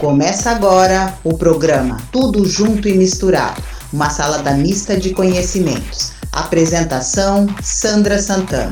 Começa agora o programa Tudo Junto e Misturado, uma salada mista de conhecimentos. Apresentação, Sandra Santana.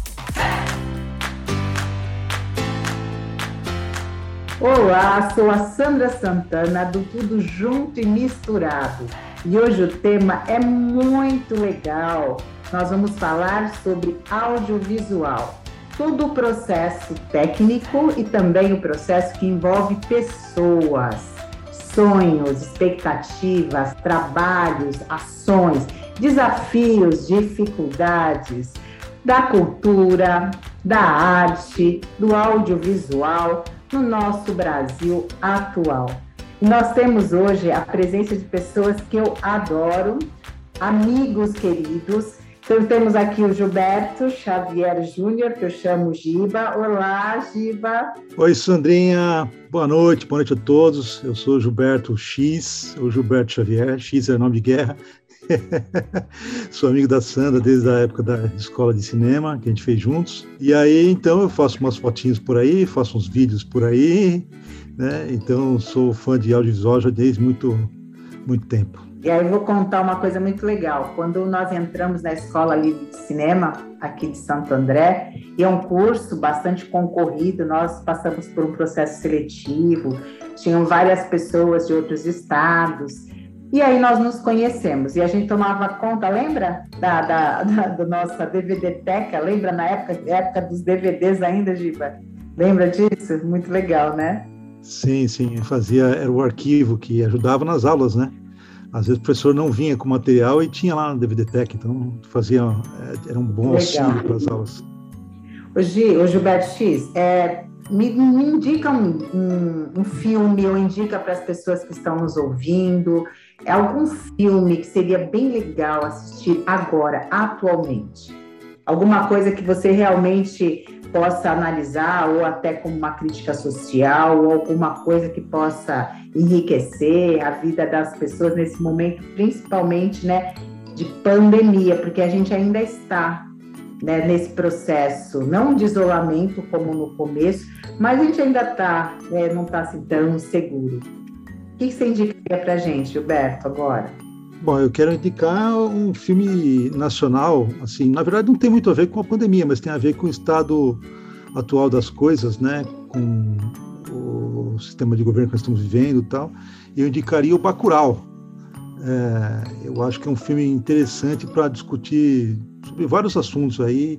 Olá, sou a Sandra Santana do Tudo Junto e Misturado. E hoje o tema é muito legal. Nós vamos falar sobre audiovisual. Todo o processo técnico e também o processo que envolve pessoas, sonhos, expectativas, trabalhos, ações, desafios, dificuldades da cultura, da arte, do audiovisual no nosso Brasil atual. Nós temos hoje a presença de pessoas que eu adoro, amigos queridos. Então, temos aqui o Gilberto Xavier Júnior, que eu chamo Giba. Olá, Giba. Oi, Sandrinha. Boa noite a todos. Eu sou Gilberto X, ou Gilberto Xavier. X é nome de guerra. Sou amigo da Sandra desde a época da escola de cinema, que a gente fez juntos. E aí, então, eu faço umas fotinhos por aí, faço uns vídeos por aí, né? Então, sou fã de audiovisual já desde muito tempo. E aí vou contar uma coisa muito legal. Quando nós entramos na Escola Livre de Cinema, aqui de Santo André, e é um curso bastante concorrido, nós passamos por um processo seletivo, tinham várias pessoas de outros estados, e aí nós nos conhecemos, e a gente tomava conta, lembra da nossa DVD-teca? Lembra na época dos DVDs ainda, Giba? Lembra disso? Muito legal, né? Sim, era o arquivo que ajudava nas aulas, né? Às vezes o professor não vinha com material e tinha lá no DVD-teca, então era um bom auxílio para as aulas. O Gilberto X, me indica um filme, ou indica para as pessoas que estão nos ouvindo, algum filme que seria bem legal assistir agora, atualmente. Alguma coisa que você realmente possa analisar, ou até como uma crítica social, ou alguma coisa que possa enriquecer a vida das pessoas nesse momento, principalmente, né, de pandemia, porque a gente ainda está, né, nesse processo, não de isolamento como no começo, mas a gente ainda não está assim tão seguro. O que você indicaria para a gente, Gilberto, agora? Bom, eu quero indicar um filme nacional, assim, na verdade não tem muito a ver com a pandemia, mas tem a ver com o estado atual das coisas, né, com o sistema de governo que nós estamos vivendo e tal. Eu indicaria o Bacurau. Eu acho que é um filme interessante para discutir sobre vários assuntos aí,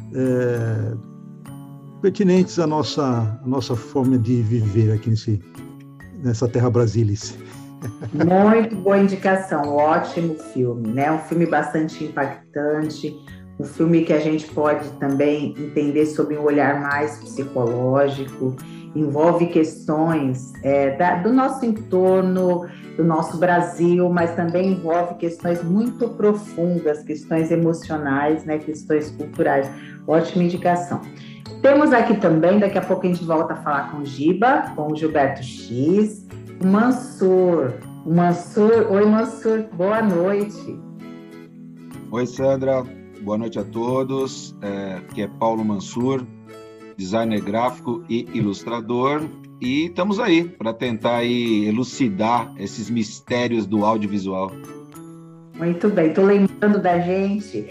pertinentes à nossa forma de viver aqui nessa terra brasilis. Muito boa indicação, ótimo filme, né? Um filme bastante impactante, um filme que a gente pode também entender sob um olhar mais psicológico, envolve questões do nosso entorno, do nosso Brasil, mas também envolve questões muito profundas, questões emocionais, né? Questões culturais. Ótima indicação. Temos aqui também, daqui a pouco a gente volta a falar com o Giba, com o Gilberto X, o Mansur. Oi, Mansur, boa noite. Oi, Sandra, boa noite a todos. Aqui é Paulo Mansur, designer gráfico e ilustrador, e estamos aí para tentar aí elucidar esses mistérios do audiovisual. Muito bem, estou lembrando da gente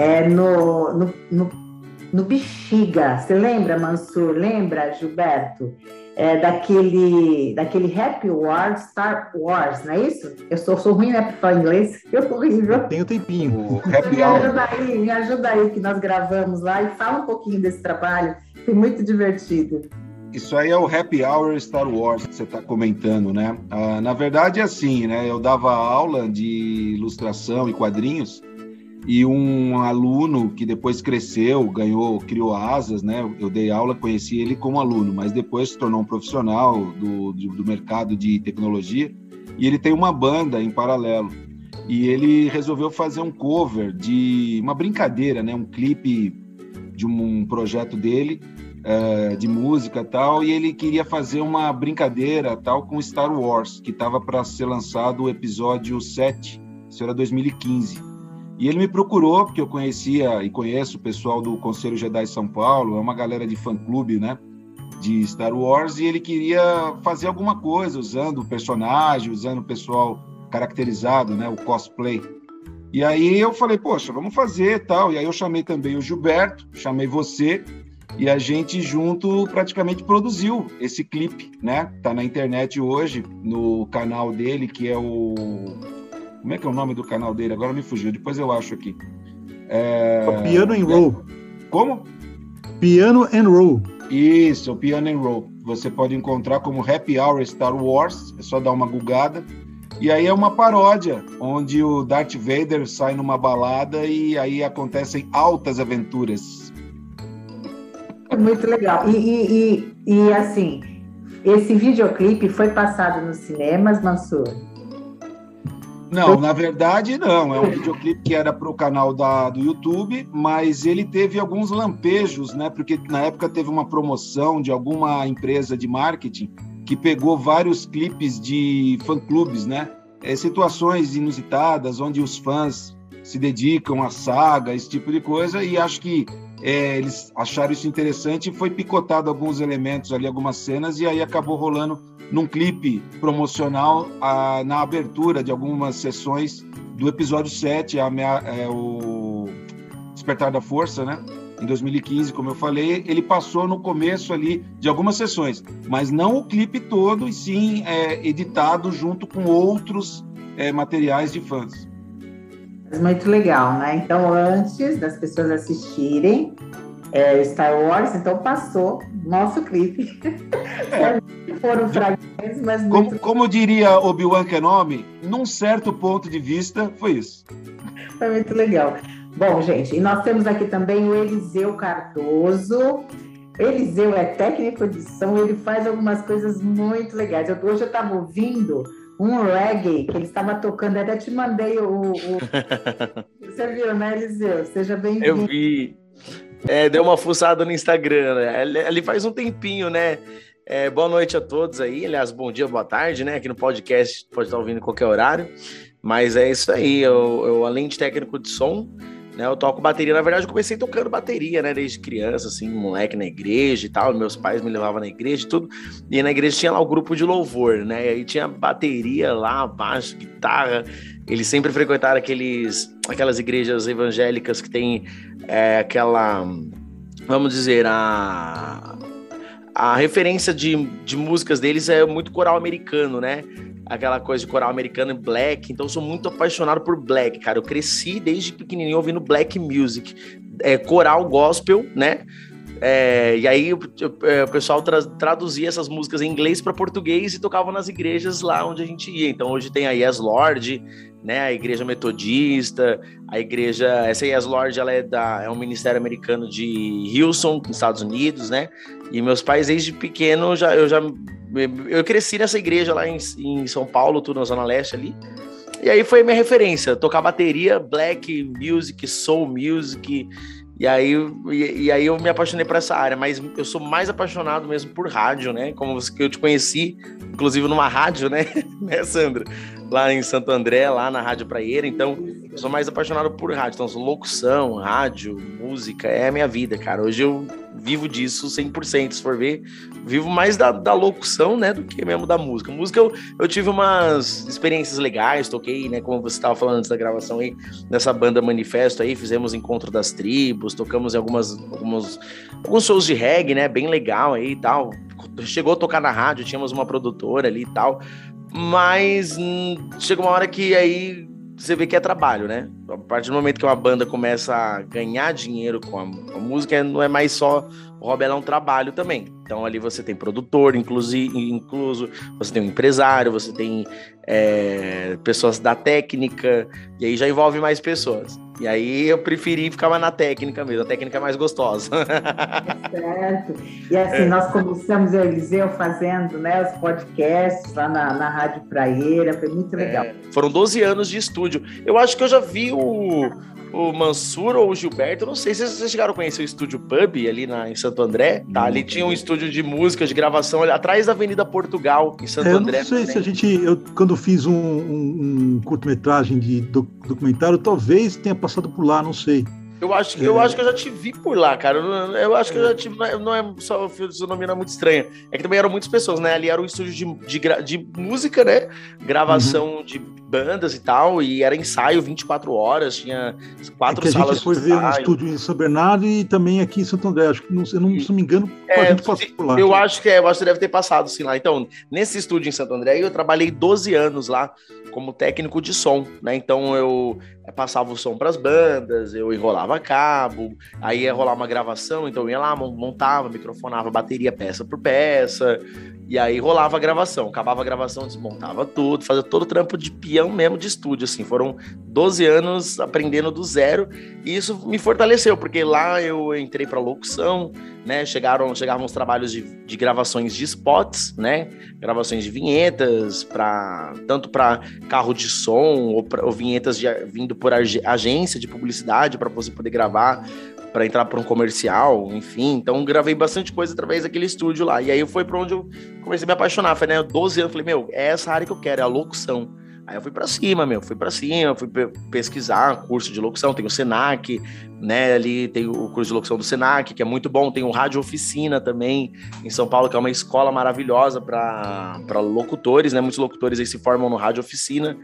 no Bexiga. Você lembra, Mansur? Lembra, Gilberto? Daquele Happy Wars, Star Wars, não é isso? Eu sou ruim, né, para falar inglês, eu sou horrível. Tem um tempinho. O Happy Hour. Me ajuda aí, que nós gravamos lá, e fala um pouquinho desse trabalho, foi muito divertido. Isso aí é o Happy Hour Star Wars que você está comentando, né? Na verdade é assim, né? Eu dava aula de ilustração e quadrinhos, e um aluno que depois cresceu, criou asas, né? Eu dei aula, conheci ele como aluno, mas depois se tornou um profissional do mercado de tecnologia, e ele tem uma banda em paralelo. E ele resolveu fazer um cover de uma brincadeira, né? Um clipe de um projeto dele, de música e tal, e ele queria fazer uma brincadeira tal com Star Wars, que estava para ser lançado o episódio 7, isso era 2015. E ele me procurou, porque eu conhecia e conheço o pessoal do Conselho Jedi São Paulo, é uma galera de fã-clube, né? de Star Wars e ele queria fazer alguma coisa usando o personagem, usando o pessoal caracterizado, né, o cosplay. E aí eu falei, poxa, vamos fazer e tal. E aí eu chamei também o Gilberto, chamei você, e a gente junto praticamente produziu esse clipe, né? Tá na internet hoje, no canal dele, que é o... Como é que é o nome do canal dele? Agora me fugiu, depois eu acho aqui. Piano and Roll. Como? Piano and Roll. Isso, o Piano and Roll. Você pode encontrar como Happy Hour Star Wars, é só dar uma googada. E aí é uma paródia, onde o Darth Vader sai numa balada e aí acontecem altas aventuras. É muito legal. E assim, esse videoclipe foi passado nos cinemas, Mansur? Não, na verdade não. É um videoclipe que era para o canal do YouTube, mas ele teve alguns lampejos, né? Porque na época teve uma promoção de alguma empresa de marketing que pegou vários clipes de fã-clubes, né? Situações inusitadas, onde os fãs se dedicam à saga, esse tipo de coisa, e acho que eles acharam isso interessante e foi picotado alguns elementos ali, algumas cenas, e aí acabou rolando num clipe promocional na abertura de algumas sessões do episódio 7, o Despertar da Força, né? Em 2015, como eu falei, ele passou no começo ali de algumas sessões, mas não o clipe todo, e sim editado junto com outros materiais de fãs. Muito legal, né? Então, antes das pessoas assistirem Star Wars, então passou nosso clipe. Foram fragmentos, mas como diria Obi-Wan Kenobi, num certo ponto de vista, foi isso. Foi muito legal. Bom, gente, e nós temos aqui também o Eliseu Cardoso. Eliseu é técnico de som, ele faz algumas coisas muito legais. Hoje eu estava ouvindo um reggae que ele estava tocando, até te mandei Você viu, né, Eliseu? Seja bem-vindo. Eu vi. Deu uma fuçada no Instagram, né? Ele faz um tempinho, né? Boa noite a todos aí. Aliás, bom dia, boa tarde, né? Aqui no podcast, pode estar ouvindo em qualquer horário. Mas é isso aí. Eu além de técnico de som, né, eu toco bateria. Na verdade, eu comecei tocando bateria, né? Desde criança, assim, moleque na igreja e tal. Meus pais me levavam na igreja e tudo. E na igreja tinha lá o grupo de louvor, né? E aí tinha bateria lá, baixo, guitarra. Eles sempre frequentaram aquelas igrejas evangélicas que tem aquela, vamos dizer, a referência de músicas deles é muito coral americano, né? Aquela coisa de coral americano e black. Então eu sou muito apaixonado por black, cara. Eu cresci desde pequenininho ouvindo black music, coral gospel, né? E aí o pessoal traduzia essas músicas em inglês para português e tocava nas igrejas lá onde a gente ia. Então hoje tem a Yes Lord, né, a igreja metodista, essa Yes Lord, ela é um ministério americano de Houston, nos Estados Unidos, né? E meus pais desde pequeno eu cresci nessa igreja lá em São Paulo, tudo na Zona Leste ali. E aí foi a minha referência, tocar bateria, black music, soul music. E aí eu me apaixonei por essa área, mas eu sou mais apaixonado mesmo por rádio, né? Como eu te conheci, inclusive numa rádio, né, Sandra? Lá em Santo André, lá na Rádio Praieira. Então, eu sou mais apaixonado por rádio. Então, locução, rádio, música, é a minha vida, cara. Hoje eu vivo disso 100%, se for ver. Vivo mais da locução, né, do que mesmo da música. Música, eu tive umas experiências legais, toquei, né, como você estava falando antes da gravação aí, nessa banda Manifesto aí, fizemos Encontro das Tribos, tocamos em alguns shows de reggae, né, bem legal aí e tal. Chegou a tocar na rádio, tínhamos uma produtora ali e tal. Mas chega uma hora que aí você vê que é trabalho, né? A partir do momento que uma banda começa a ganhar dinheiro com a música, não é mais só o hobby, ela é um trabalho também. Então ali você tem produtor, incluso você tem um empresário, você tem pessoas da técnica, e aí já envolve mais pessoas. E aí eu preferi ficar mais na técnica mesmo, a técnica é mais gostosa. Certo. E assim, nós começamos, eu e Eliseu, fazendo, né, os podcasts lá na Rádio Praieira, foi muito legal. Foram 12 anos de estúdio. Eu acho que eu já vi o Mansur ou o Gilberto, eu não sei se vocês chegaram a conhecer o Estúdio Pub ali em Santo André, tá? Ali tinha um estúdio de música, de gravação, ali atrás da Avenida Portugal, em Santo André. Não sei se eu quando fiz um curto-metragem de documentário, talvez tenha passado por lá, não sei. Eu acho que eu já te vi por lá, cara. Eu acho que eu já tive. Não é só o fisionomia muito estranha. É que também eram muitas pessoas, né? Ali era um estúdio de música, né? Gravação de bandas e tal. E era ensaio 24 horas. Tinha 4 salas. A gente foi ver um estúdio em São Bernardo e também aqui em Santo André. Acho que, se não me engano, a gente passou por lá. Eu acho que você deve ter passado, sim, lá. Então, nesse estúdio em Santo André, eu trabalhei 12 anos lá como técnico de som, né? Então eu passava o som para as bandas, eu enrolava cabo, aí ia rolar uma gravação, então eu ia lá, montava, microfonava bateria peça por peça, e aí rolava a gravação, acabava a gravação, desmontava tudo, fazia todo o trampo de peão mesmo de estúdio, assim, foram 12 anos aprendendo do zero, e isso me fortaleceu, porque lá eu entrei para locução, né, chegavam os trabalhos de gravações de spots, né, gravações de vinhetas, tanto para carro de som, ou vinhetas vindo por agência de publicidade, para você poder gravar, para entrar para um comercial, enfim, então gravei bastante coisa através daquele estúdio lá, e aí foi para onde eu comecei a me apaixonar, foi, né, 12 anos, falei, é essa área que eu quero, é a locução. Aí eu fui pra cima, fui pesquisar curso de locução, tem o Senac, né, ali tem o curso de locução do Senac, que é muito bom, tem o Rádio Oficina também, em São Paulo, que é uma escola maravilhosa para locutores, né, muitos locutores aí se formam no Rádio Oficina,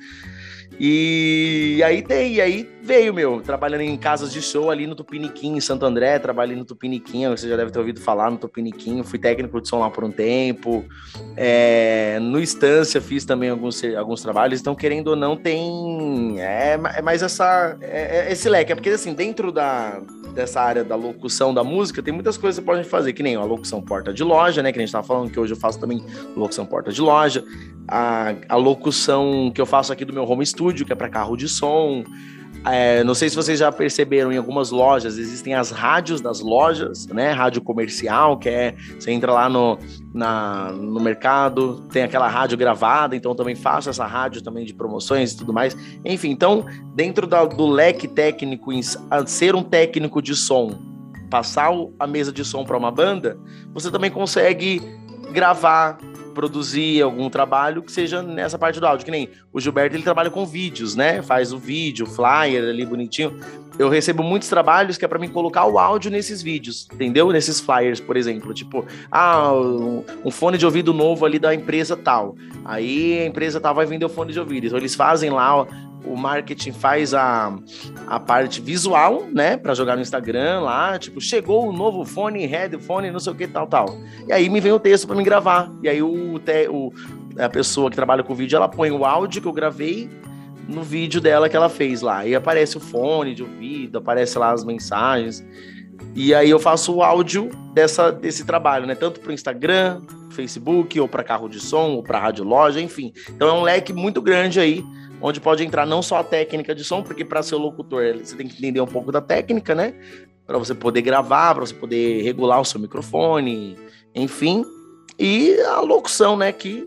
e aí veio, trabalhando em casas de show ali no Tupiniquim, em Santo André, trabalhei no Tupiniquim, você já deve ter ouvido falar no Tupiniquim, fui técnico de som lá por um tempo, no Estância fiz também alguns trabalhos, então querendo ou não tem, mais esse leque, porque assim, dentro dessa área da locução da música, tem muitas coisas que você pode fazer, que nem a locução porta de loja, né, que a gente tava falando, que hoje eu faço também locução porta de loja, a locução que eu faço aqui do meu home studio, que é para carro de som. Não sei se vocês já perceberam, em algumas lojas existem as rádios das lojas, né? Rádio comercial, que você entra lá no mercado, tem aquela rádio gravada, então eu também faço essa rádio também de promoções e tudo mais. Enfim, então, dentro do leque técnico, ser um técnico de som, passar a mesa de som para uma banda, você também consegue gravar, produzir algum trabalho que seja nessa parte do áudio, que nem o Gilberto, ele trabalha com vídeos, né? Faz o vídeo, o flyer ali bonitinho. Eu recebo muitos trabalhos que é para mim colocar o áudio nesses vídeos, entendeu? Nesses flyers, por exemplo, tipo, um fone de ouvido novo ali da empresa tal. Aí a empresa tal vai vender o fone de ouvido. Então eles fazem lá, o marketing faz a parte visual, né, para jogar no Instagram lá, tipo, chegou o novo fone, headphone, não sei o que, tal. E aí me vem o texto para me gravar. E aí a pessoa que trabalha com vídeo, ela põe o áudio que eu gravei no vídeo dela que ela fez lá. E aparece o fone de ouvido, aparece lá as mensagens. E aí eu faço o áudio desse trabalho, né, tanto para o Instagram, Facebook, ou para carro de som, ou para rádio loja, enfim. Então é um leque muito grande aí, onde pode entrar não só a técnica de som, porque para ser locutor você tem que entender um pouco da técnica, né? Para você poder gravar, para você poder regular o seu microfone, enfim. E a locução, né? Que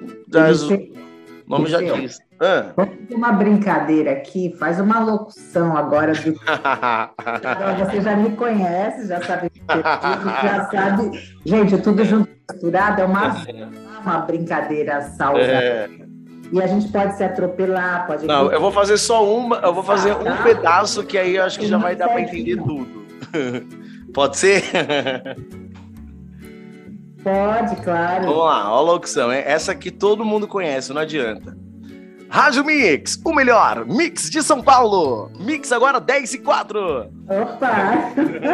o nome já diz. Vamos fazer uma brincadeira aqui, faz uma locução agora do. Você já me conhece, já sabe tudo, já sabe. Gente, tudo junto misturado é uma brincadeira salva. E a gente pode se atropelar, pode. Não, eu vou fazer só uma, eu vou fazer um pedaço que aí eu acho que já vai dar para entender tudo. Pode ser? Pode, claro. Vamos lá, ó a locução, hein? Essa aqui todo mundo conhece, não adianta. Rádio Mix, o melhor mix de São Paulo. Mix agora 10:04. Opa!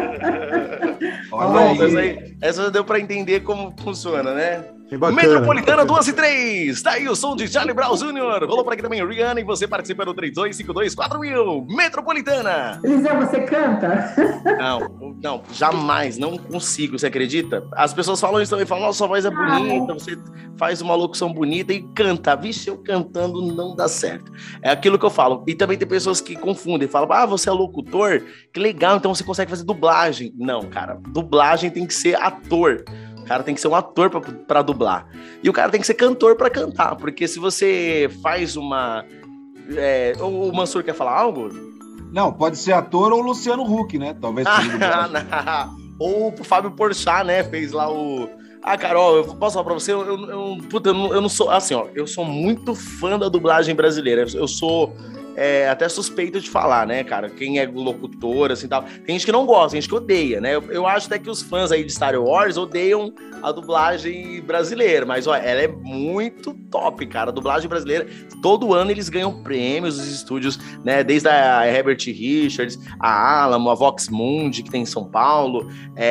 Bom, essa já deu para entender como funciona, né? Metropolitana 2-3. Tá aí o som de Charlie Brown Jr. Rolou por aqui também, Rihanna, e você participa do 32524000. Metropolitana. Eliseu, você canta? Não, jamais, não consigo, você acredita? As pessoas falam isso também, falam, nossa, sua voz é bonita, você faz uma locução bonita e canta. Vixe, eu cantando não dá certo. É aquilo que eu falo. E também tem pessoas que confundem, falam, você é locutor? Que legal, então você consegue fazer dublagem. Não, cara, dublagem tem que ser ator. O cara tem que ser um ator para dublar. E o cara tem que ser cantor para cantar. Porque se você faz uma... O Mansur quer falar algo? Não, pode ser ator ou Luciano Huck, né? Talvez. Ou o Fábio Porchat, né? Fez lá o... Carol, eu posso falar pra você, eu não sou... Assim, ó, eu sou muito fã da dublagem brasileira. Eu sou até suspeito de falar, né, cara? Quem é locutor, assim, tal. Tem gente que não gosta, tem gente que odeia, né? Eu acho até que os fãs aí de Star Wars odeiam a dublagem brasileira, mas, ó, ela é muito top, cara. A dublagem brasileira, todo ano eles ganham prêmios, os estúdios, né? Desde a Herbert Richards, a Alamo, a Vox Mundi, que tem em São Paulo,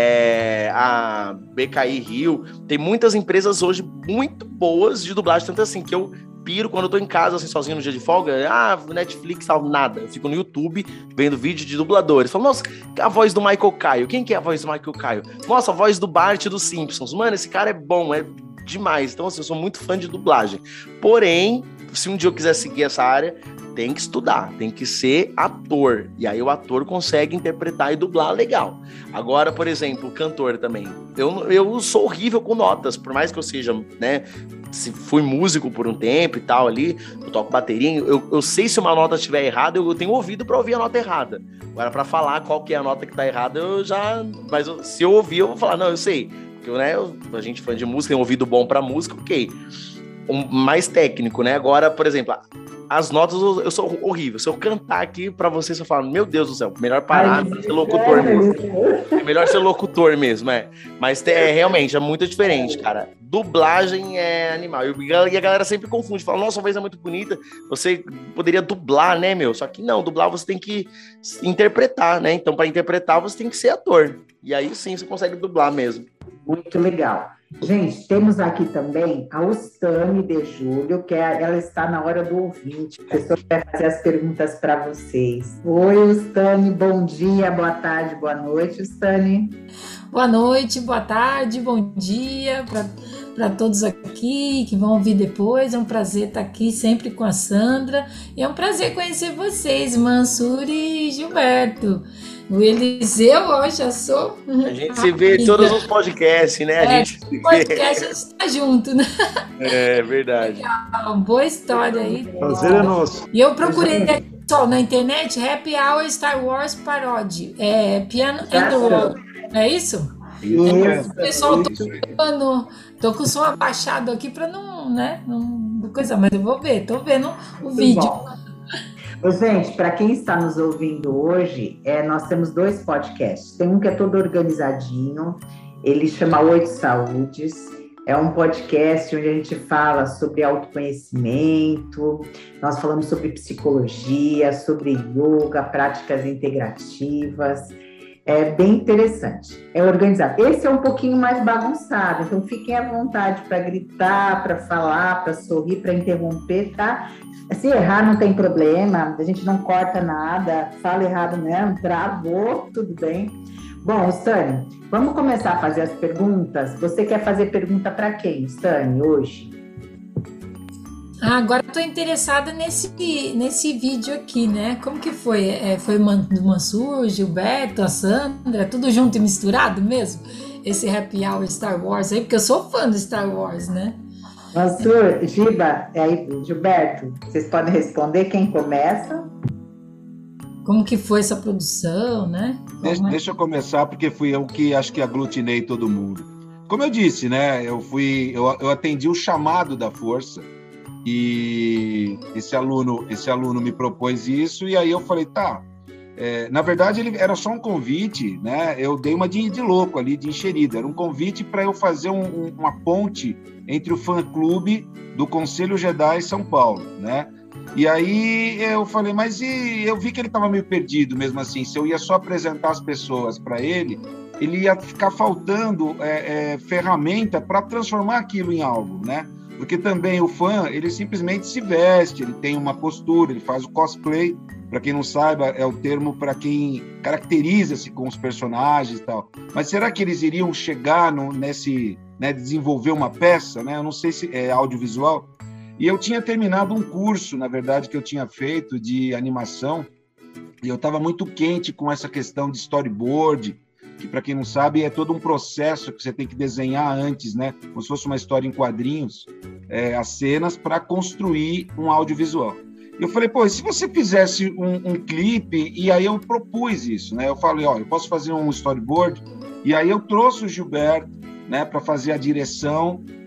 a BKI Rio. Tem muitas empresas hoje muito boas de dublagem, tanto assim que eu piro quando eu tô em casa, assim, sozinho no dia de folga, Netflix, tal, nada. Eu fico no YouTube vendo vídeo de dubladores. Falo, nossa, a voz do Michael Caio. Quem que é a voz do Michael Caio? Nossa, a voz do Bart dos Simpsons. Mano, esse cara é bom, é demais. Então, assim, eu sou muito fã de dublagem. Porém, se um dia eu quiser seguir essa área, tem que estudar, tem que ser ator. E aí o ator consegue interpretar e dublar legal. Agora, por exemplo, o cantor também. Eu sou horrível com notas, por mais que eu seja, né, se fui músico por um tempo e tal ali, eu toco bateria, eu sei se uma nota estiver errada, eu tenho ouvido para ouvir a nota errada. Agora, para falar qual que é a nota que tá errada, se eu ouvir, eu vou falar, não, eu sei. Porque, né, a gente fã de música, tem um ouvido bom para música, ok. Mais técnico, né? Agora, por exemplo, as notas eu sou horrível. Se eu cantar aqui pra vocês, eu falo, meu Deus do céu, melhor parar de ser locutor mesmo. É melhor ser locutor mesmo, Mas realmente é muito diferente, cara. Dublagem é animal. E a galera sempre confunde, fala, nossa, a voz é muito bonita, você poderia dublar, né, meu? Só que não, dublar você tem que interpretar, né? Então, pra interpretar, você tem que ser ator. E aí sim você consegue dublar mesmo. Muito legal. Gente, temos aqui também a Ustane de Júlio, que ela está na hora do ouvinte. A pessoa vai fazer as perguntas para vocês. Oi, Ustane, bom dia, boa tarde, boa noite, Ustane. Boa noite, boa tarde, bom dia para todos aqui que vão ouvir depois. É um prazer estar aqui sempre com a Sandra. E é um prazer conhecer vocês, Mansur e Gilberto. O Eliseu, eu já sou. A gente se vê em todos os podcasts, né? A gente podcast a gente está junto, né? É verdade. Legal, boa história aí. Prazer é nosso. E eu procurei só na internet Happy Hour Star Wars Paródia. Piano and the Roll. É isso? Isso. Pessoal, tô com o som abaixado aqui para não coisa, mas eu vou ver, tô vendo o vídeo. Bom. Gente, para quem está nos ouvindo hoje, nós temos 2 podcasts. Tem um que é todo organizadinho, ele chama 8 Saúdes. É um podcast onde a gente fala sobre autoconhecimento, nós falamos sobre psicologia, sobre yoga, práticas integrativas. É bem interessante, é organizado. Esse é um pouquinho mais bagunçado, então fiquem à vontade para gritar, para falar, para sorrir, para interromper, tá? Se errar não tem problema, a gente não corta nada, fala errado mesmo, travou, tudo bem. Bom, Ustane, vamos começar a fazer as perguntas. Você quer fazer pergunta para quem, Ustane, hoje? Agora estou interessada nesse vídeo aqui, né? Como que foi? Foi do Mansur, Gilberto, a Sandra, tudo junto e misturado mesmo? Esse Happy Hour Star Wars aí, porque eu sou fã do Star Wars, né? Mansur, Giba, Gilberto, vocês podem responder quem começa? Como que foi essa produção, né? Deixa eu começar, porque fui eu que acho que aglutinei todo mundo. Como eu disse, né? Eu atendi o chamado da força. E esse aluno me propôs isso, e aí eu falei, tá. Na verdade, ele era só um convite, né? Eu dei uma de louco ali, de enxerida. Era um convite para eu fazer uma ponte entre o fã-clube do Conselho Jedi São Paulo, né? E aí eu falei, mas eu vi que ele estava meio perdido mesmo assim. Se eu ia só apresentar as pessoas para ele ia ficar faltando ferramenta para transformar aquilo em algo, né? Porque também o fã, ele simplesmente se veste, ele tem uma postura, ele faz o cosplay. Para quem não saiba, é o termo para quem caracteriza-se com os personagens e tal. Mas será que eles iriam chegar nesse, né, desenvolver uma peça, né? Eu não sei se é audiovisual. E eu tinha terminado um curso, na verdade, que eu tinha feito de animação, e eu estava muito quente com essa questão de storyboard, que, para quem não sabe, é todo um processo que você tem que desenhar antes, né? Como se fosse uma história em quadrinhos, as cenas para construir um audiovisual. Eu falei, pô, e se você fizesse um clipe? E aí eu propus isso, né? Eu falei, eu posso fazer um storyboard? E aí eu trouxe o Gilberto, né, para fazer a direção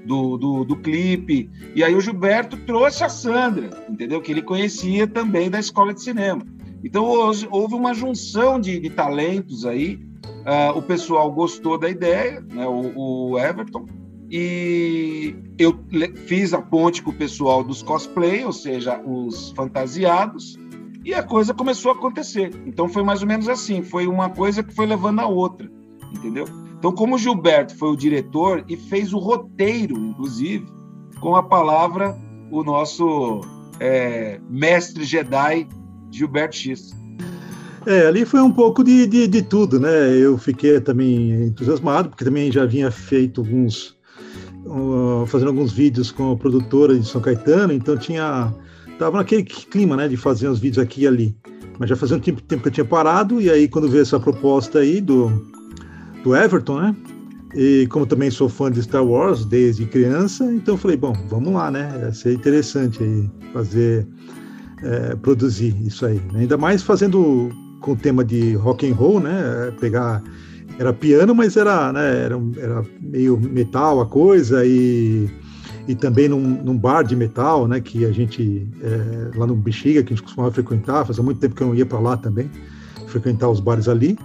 do clipe. E aí o Gilberto trouxe a Sandra, entendeu? Que ele conhecia também da escola de cinema. Então houve uma junção de talentos aí. O pessoal gostou da ideia, né? O Everton, e eu fiz a ponte com o pessoal dos cosplay, ou seja, os fantasiados, e a coisa começou a acontecer. Então foi mais ou menos assim, foi uma coisa que foi levando a outra, entendeu? Então, como o Gilberto foi o diretor e fez o roteiro, inclusive, com a palavra o nosso mestre Jedi, Gilberto X. Ali foi um pouco de tudo, né? Eu fiquei também entusiasmado, porque também já vinha feito fazendo alguns vídeos com a produtora de São Caetano, então estava naquele clima, né, de fazer uns vídeos aqui e ali. Mas já fazia um tempo que eu tinha parado, e aí quando veio essa proposta aí do Everton, né? E como também sou fã de Star Wars desde criança, então eu falei, bom, vamos lá, né? Vai ser interessante aí produzir isso aí, né? Ainda mais fazendo com o tema de rock and roll, né? Era piano, mas era meio metal a coisa, e também num bar de metal, né? Que a gente, lá no Bexiga, que a gente costumava frequentar, fazia muito tempo que eu não ia para lá também, frequentar os bares ali.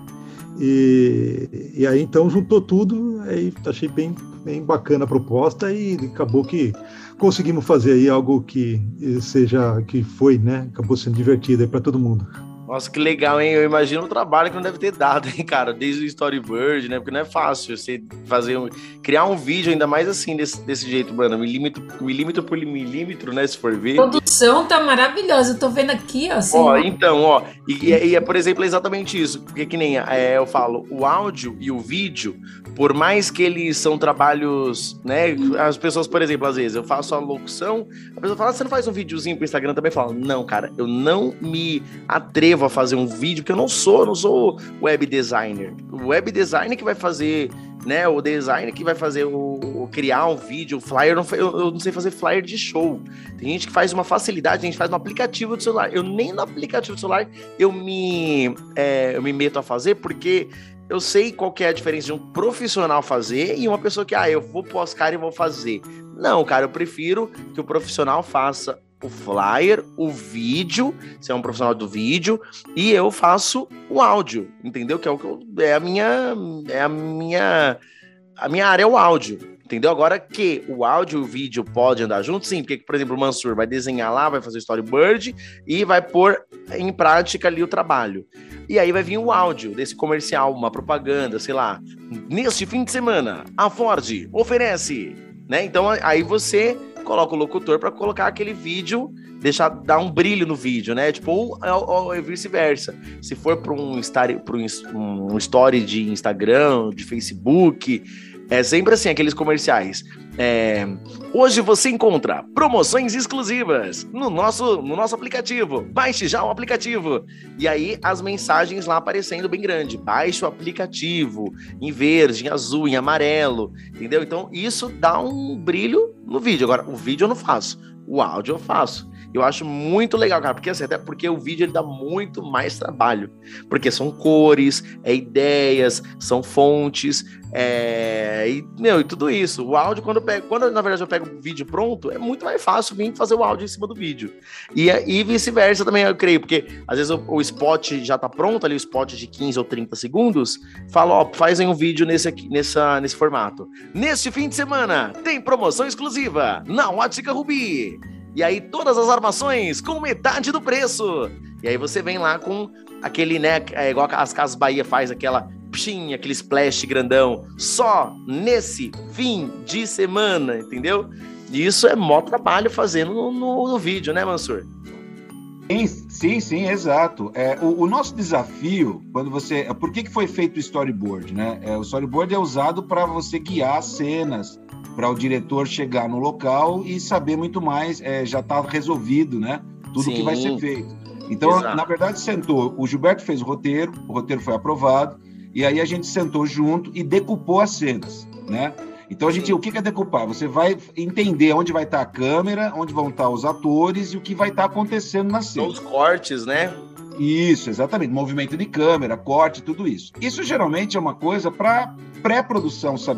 E aí então juntou tudo, aí achei bem bacana a proposta, e acabou que conseguimos fazer aí algo que foi, né? Acabou sendo divertido aí para todo mundo. Nossa, que legal, hein? Eu imagino o trabalho que não deve ter dado, hein, cara? Desde o storyboard, né? Porque não é fácil você criar um vídeo, ainda mais assim, desse jeito, mano. Milímetro por milímetro, né? Se for ver. A produção tá maravilhosa. Eu tô vendo aqui, ó. Assim, Então, e por exemplo, é exatamente isso. Porque que nem eu falo, o áudio e o vídeo, por mais que eles são trabalhos, né? As pessoas, por exemplo, às vezes eu faço a locução, a pessoa fala, você não faz um videozinho pro Instagram também? Fala, não, cara, eu não me atrevo a fazer um vídeo, porque eu não sou web designer. O web designer que vai fazer, né, o designer que vai fazer criar um vídeo, flyer, eu não sei fazer flyer de show. Tem gente que faz uma facilidade, a gente faz no aplicativo do celular. Eu nem no aplicativo do celular eu me meto a fazer, porque eu sei qual que é a diferença de um profissional fazer e uma pessoa que, eu vou pôr as caras e vou fazer. Não, cara, eu prefiro que o profissional faça o flyer, o vídeo, se é um profissional do vídeo, e eu faço o áudio, entendeu? Que é o que a minha área é o áudio, entendeu? Agora que o áudio e o vídeo podem andar juntos, sim, porque, por exemplo, o Mansur vai desenhar lá, vai fazer o storyboard e vai pôr em prática ali o trabalho. E aí vai vir o áudio desse comercial, uma propaganda, sei lá, neste fim de semana, a Ford oferece, né? Então aí você coloca o locutor para colocar aquele vídeo, dar um brilho no vídeo, né? Tipo, ou vice-versa. Se for para um story de Instagram, de Facebook, é sempre assim, aqueles comerciais. Hoje você encontra promoções exclusivas no nosso aplicativo. Baixe já o aplicativo. E aí as mensagens lá aparecendo bem grande. Baixe o aplicativo em verde, em azul, em amarelo. Entendeu? Então isso dá um brilho no vídeo. Agora, o vídeo eu não faço. O áudio eu faço. Eu acho muito legal, cara, porque assim, até porque o vídeo ele dá muito mais trabalho, porque são cores, ideias, são fontes, e tudo isso. O áudio, quando na verdade eu pego o vídeo pronto, é muito mais fácil vir fazer o áudio em cima do vídeo. E vice-versa também, eu creio, porque às vezes o spot já tá pronto ali, o spot de 15 ou 30 segundos, fala, fazem um vídeo nesse formato. Neste fim de semana, tem promoção exclusiva na Ótica Rubi. E aí todas as armações com metade do preço. E aí você vem lá com aquele, né, igual as Casas Bahia faz, aquele splash grandão, só nesse fim de semana, entendeu? E isso é mó trabalho fazendo no vídeo, né, Mansur? Sim, exato. O nosso desafio, por que foi feito o storyboard, né? O storyboard é usado para você guiar cenas, para o diretor chegar no local e saber muito mais, já está resolvido, né? Tudo que vai ser feito. Então, exato. Na verdade, o Gilberto fez o roteiro foi aprovado, e aí a gente sentou junto e decupou as cenas, né? Então, o que é decupar? Você vai entender onde vai estar a câmera, onde vão estar os atores e o que vai estar acontecendo na cena. Os cortes, né? Isso, exatamente. Movimento de câmera, corte, tudo isso. Isso geralmente é uma coisa para pré-produção saber,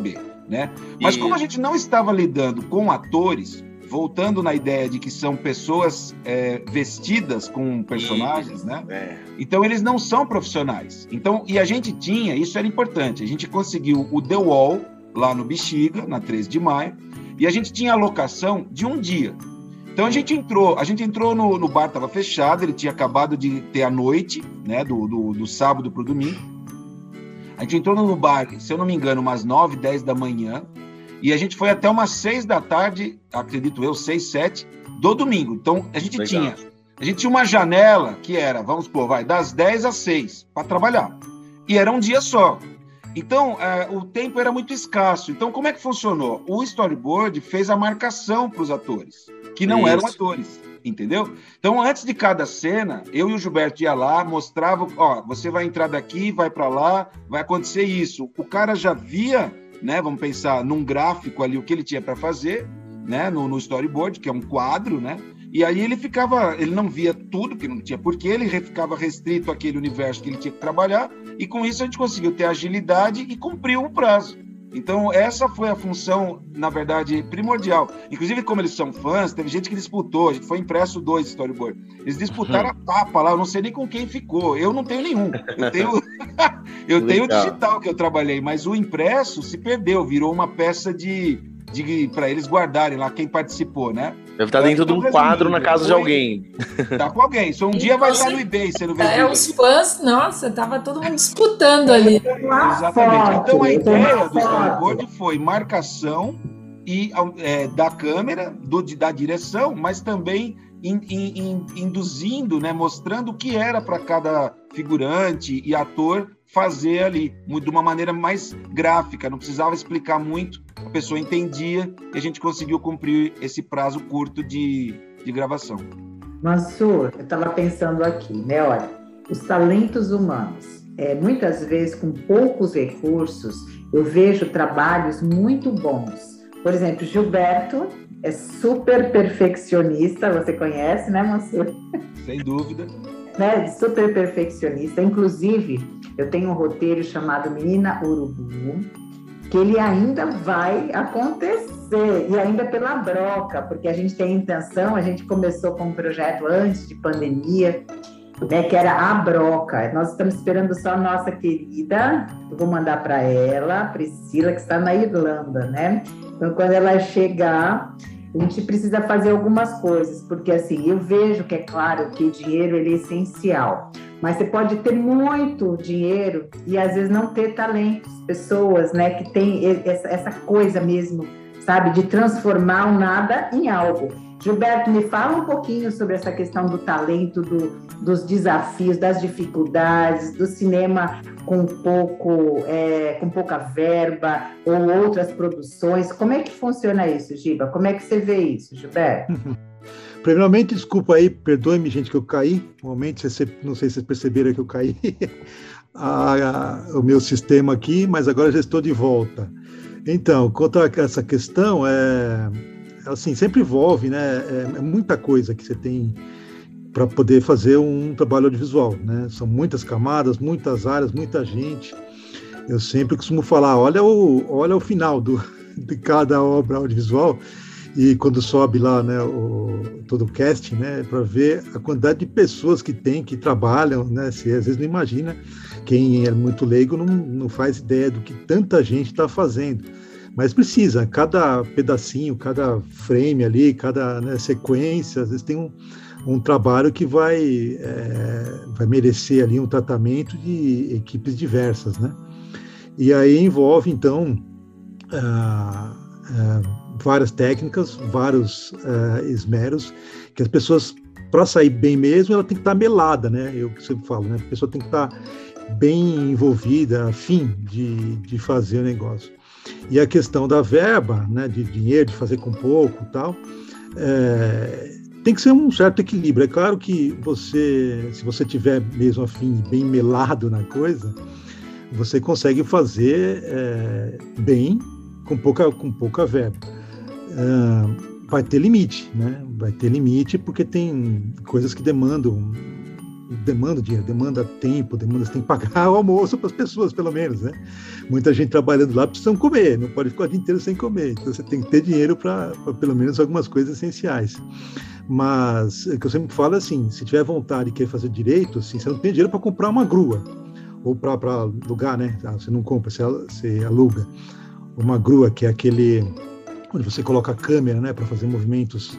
né? Mas como a gente não estava lidando com atores, voltando na ideia de que são pessoas vestidas com personagens, né? Então eles não são profissionais. Então, e a gente tinha, isso era importante, a gente conseguiu o The Wall lá no Bexiga, na 13 de maio, e a gente tinha a locação de um dia. Então a gente entrou no bar, estava fechado, ele tinha acabado de ter a noite, né, do sábado para o domingo. A gente entrou no bar, se eu não me engano, umas 9, 10 da manhã, e a gente foi até umas 6 da tarde, acredito eu, 6, 7, do domingo. Então a gente tinha uma janela que era, vamos supor, das 10 às 6 para trabalhar. E era um dia só. Então, o tempo era muito escasso. Então, como é que funcionou? O storyboard fez a marcação para os atores, que não eram atores, entendeu? Então, antes de cada cena, eu e o Gilberto ia lá, mostrava, você vai entrar daqui, vai para lá, vai acontecer isso. O cara já via, né, vamos pensar num gráfico ali, o que ele tinha para fazer, né, no storyboard, que é um quadro, né? E aí ele não via tudo, que não tinha porquê, ele ficava restrito àquele universo que ele tinha que trabalhar, e com isso a gente conseguiu ter agilidade e cumpriu o prazo. Então, essa foi a função, na verdade, primordial. Inclusive, como eles são fãs, teve gente que disputou, a gente foi impresso 2 storyboard. Eles disputaram a papa lá, eu não sei nem com quem ficou. Eu não tenho nenhum. Eu tenho o digital que eu trabalhei, mas o impresso se perdeu, virou uma peça para eles guardarem lá, quem participou, né? Deve estar dentro de um quadro na casa de alguém. Tá com alguém. Só um dia vai estar no eBay sendo vendido. Os fãs, nossa, tava todo mundo disputando ali. Exatamente. Então a ideia do storyboard foi marcação e da câmera, da direção, mas também induzindo, né, mostrando o que era para cada figurante e ator fazer ali, de uma maneira mais gráfica, não precisava explicar muito, a pessoa entendia e a gente conseguiu cumprir esse prazo curto de gravação. Mansur, eu estava pensando aqui, né, olha, os talentos humanos, muitas vezes com poucos recursos, eu vejo trabalhos muito bons. Por exemplo, Gilberto é super perfeccionista, você conhece, né, Mansur? Sem dúvida. Né, super perfeccionista, inclusive eu tenho um roteiro chamado Menina Urubu, que ele ainda vai acontecer, e ainda pela broca, porque a gente tem intenção, a gente começou com um projeto antes de pandemia, né, que era a broca. Nós estamos esperando só a nossa querida, eu vou mandar para ela, Priscila, que está na Irlanda, né? Então, quando ela chegar, a gente precisa fazer algumas coisas, porque assim, eu vejo que é claro que o dinheiro ele é essencial, mas você pode ter muito dinheiro e às vezes não ter talentos, pessoas, né, que tem essa coisa mesmo, sabe, de transformar o nada em algo. Gilberto, me fala um pouquinho sobre essa questão do talento, dos desafios, das dificuldades, do cinema com pouca verba ou outras produções. Como é que funciona isso, Giba? Como é que você vê isso, Gilberto? Primeiramente, desculpa aí, perdoe-me, gente, que eu caí. No momento, não sei se vocês perceberam que eu caí o meu sistema aqui, mas agora já estou de volta. Então, quanto a essa questão, assim, sempre envolve, né? É muita coisa que você tem para poder fazer um trabalho audiovisual, né? São muitas camadas, muitas áreas, muita gente. Eu sempre costumo falar, olha o final de cada obra audiovisual, e quando sobe lá, né, todo o casting, né, para ver a quantidade de pessoas que tem, que trabalham, né? Você às vezes não imagina, quem é muito leigo não faz ideia do que tanta gente está fazendo. Mas precisa, cada pedacinho, cada frame ali, cada, né, sequência, às vezes tem um trabalho que vai merecer ali um tratamento de equipes diversas, né? E aí envolve, então, várias técnicas, vários esmeros, que as pessoas, para sair bem mesmo, ela tem que estar melada, né? Eu sempre falo, né? A pessoa tem que estar bem envolvida, a fim de fazer o negócio. E a questão da verba, né, de dinheiro, de fazer com pouco e tal, tem que ser um certo equilíbrio. É claro que se você tiver mesmo afim, bem melado na coisa, você consegue fazer bem com pouca verba. Vai ter limite, né? Vai ter limite porque tem coisas que demandam demanda dinheiro, demanda tempo, você tem que pagar o almoço para as pessoas, pelo menos, né? Muita gente trabalhando lá precisam comer, não pode ficar o dia inteiro sem comer, então você tem que ter dinheiro para pelo menos algumas coisas essenciais. Mas o que eu sempre falo é assim, se tiver vontade e quer fazer direito, assim, você não tem dinheiro para comprar uma grua, ou para alugar, né? Você não compra, você aluga. Uma grua, que é aquele onde você coloca a câmera, né, para fazer movimentos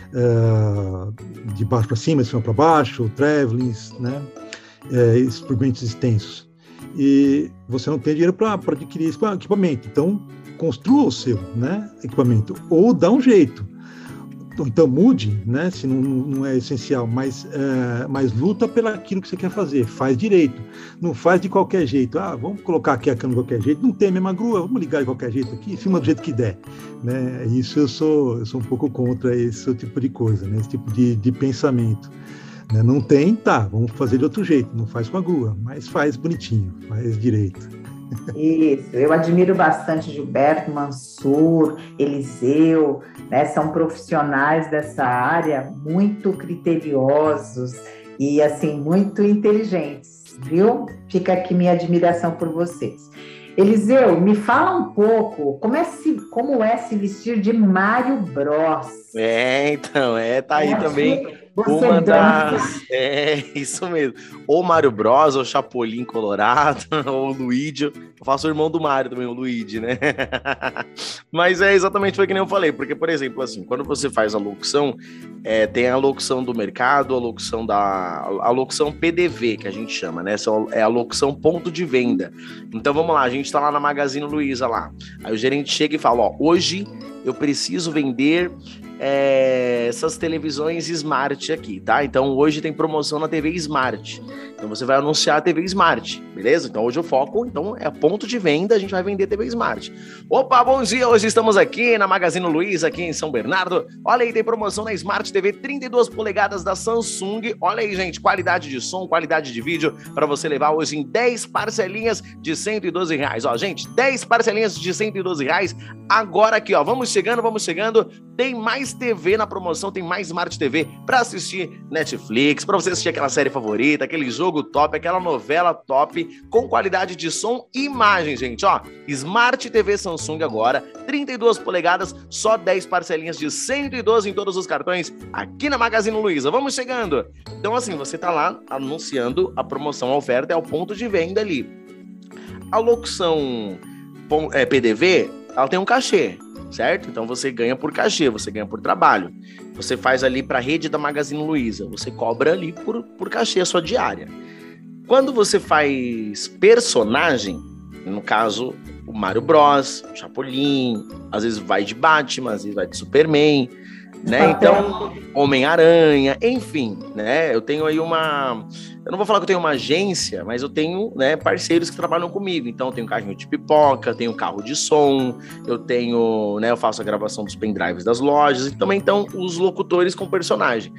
de baixo para cima, de cima para baixo, travelings, né, experimentos extensos. E você não tem dinheiro para adquirir esse equipamento, então construa o seu, né, equipamento, ou dá um jeito. Então mude, né, se não é essencial, mas luta pelo aquilo que você quer fazer, faz direito, não faz de qualquer jeito. Vamos colocar aqui a câmera de qualquer jeito, não tem a mesma grua, vamos ligar de qualquer jeito aqui, filma do jeito que der, né? Isso eu sou um pouco contra esse tipo de coisa, né? Esse tipo de pensamento, né? Não tem, vamos fazer de outro jeito, não faz com a grua, mas faz bonitinho, faz direito. Isso, eu admiro bastante Gilberto, Mansur, Eliseu, né? São profissionais dessa área muito criteriosos e, assim, muito inteligentes, viu? Fica aqui minha admiração por vocês. Eliseu, me fala um pouco como é se vestir de Mario Bros. Então, tá aí também uma das... isso mesmo. Ou Mario Bros, ou Chapolin Colorado, ou Luigi. Eu faço o irmão do Mario também, o Luigi, né? Mas exatamente foi que nem eu falei, porque, por exemplo, assim, quando você faz a locução, tem a locução do mercado, a locução PDV, que a gente chama, né? É a locução ponto de venda. Então, vamos lá, a gente tá lá na Magazine Luiza lá. Aí o gerente chega e fala, hoje eu preciso vender essas televisões Smart aqui, tá? Então hoje tem promoção na TV Smart. Então você vai anunciar a TV Smart, beleza? Então hoje o foco, é ponto de venda, a gente vai vender TV Smart. Opa, bom dia! Hoje estamos aqui na Magazine Luiza, aqui em São Bernardo. Olha aí, tem promoção na Smart TV 32 polegadas da Samsung. Olha aí, gente, qualidade de som, qualidade de vídeo, para você levar hoje em 10 parcelinhas de R$112. Ó, gente, 10 parcelinhas de R$112. Agora aqui, ó, vamos chegando. Tem mais TV na promoção, tem mais Smart TV para assistir Netflix, para você assistir aquela série favorita, aquele jogo top, aquela novela top, com qualidade de som e imagem, gente, ó. Smart TV Samsung agora, 32 polegadas, só 10 parcelinhas de R$112 em todos os cartões, aqui na Magazine Luiza. Vamos chegando. Então, assim, você tá lá anunciando a promoção, a oferta é o ponto de venda ali. A locução PDV, ela tem um cachê, certo? Então você ganha por cachê, você ganha por trabalho. Você faz ali para a rede da Magazine Luiza, você cobra ali por cachê a sua diária. Quando você faz personagem, no caso, o Mario Bros, o Chapolin, às vezes vai de Batman, às vezes vai de Superman, né? Então, Homem-Aranha, enfim, né? Eu tenho aí eu não vou falar que eu tenho uma agência, mas eu tenho, né, parceiros que trabalham comigo. Então, eu tenho carrinho de pipoca, tenho carro de som, eu tenho, né, eu faço a gravação dos pendrives das lojas, e também estão os locutores com personagem.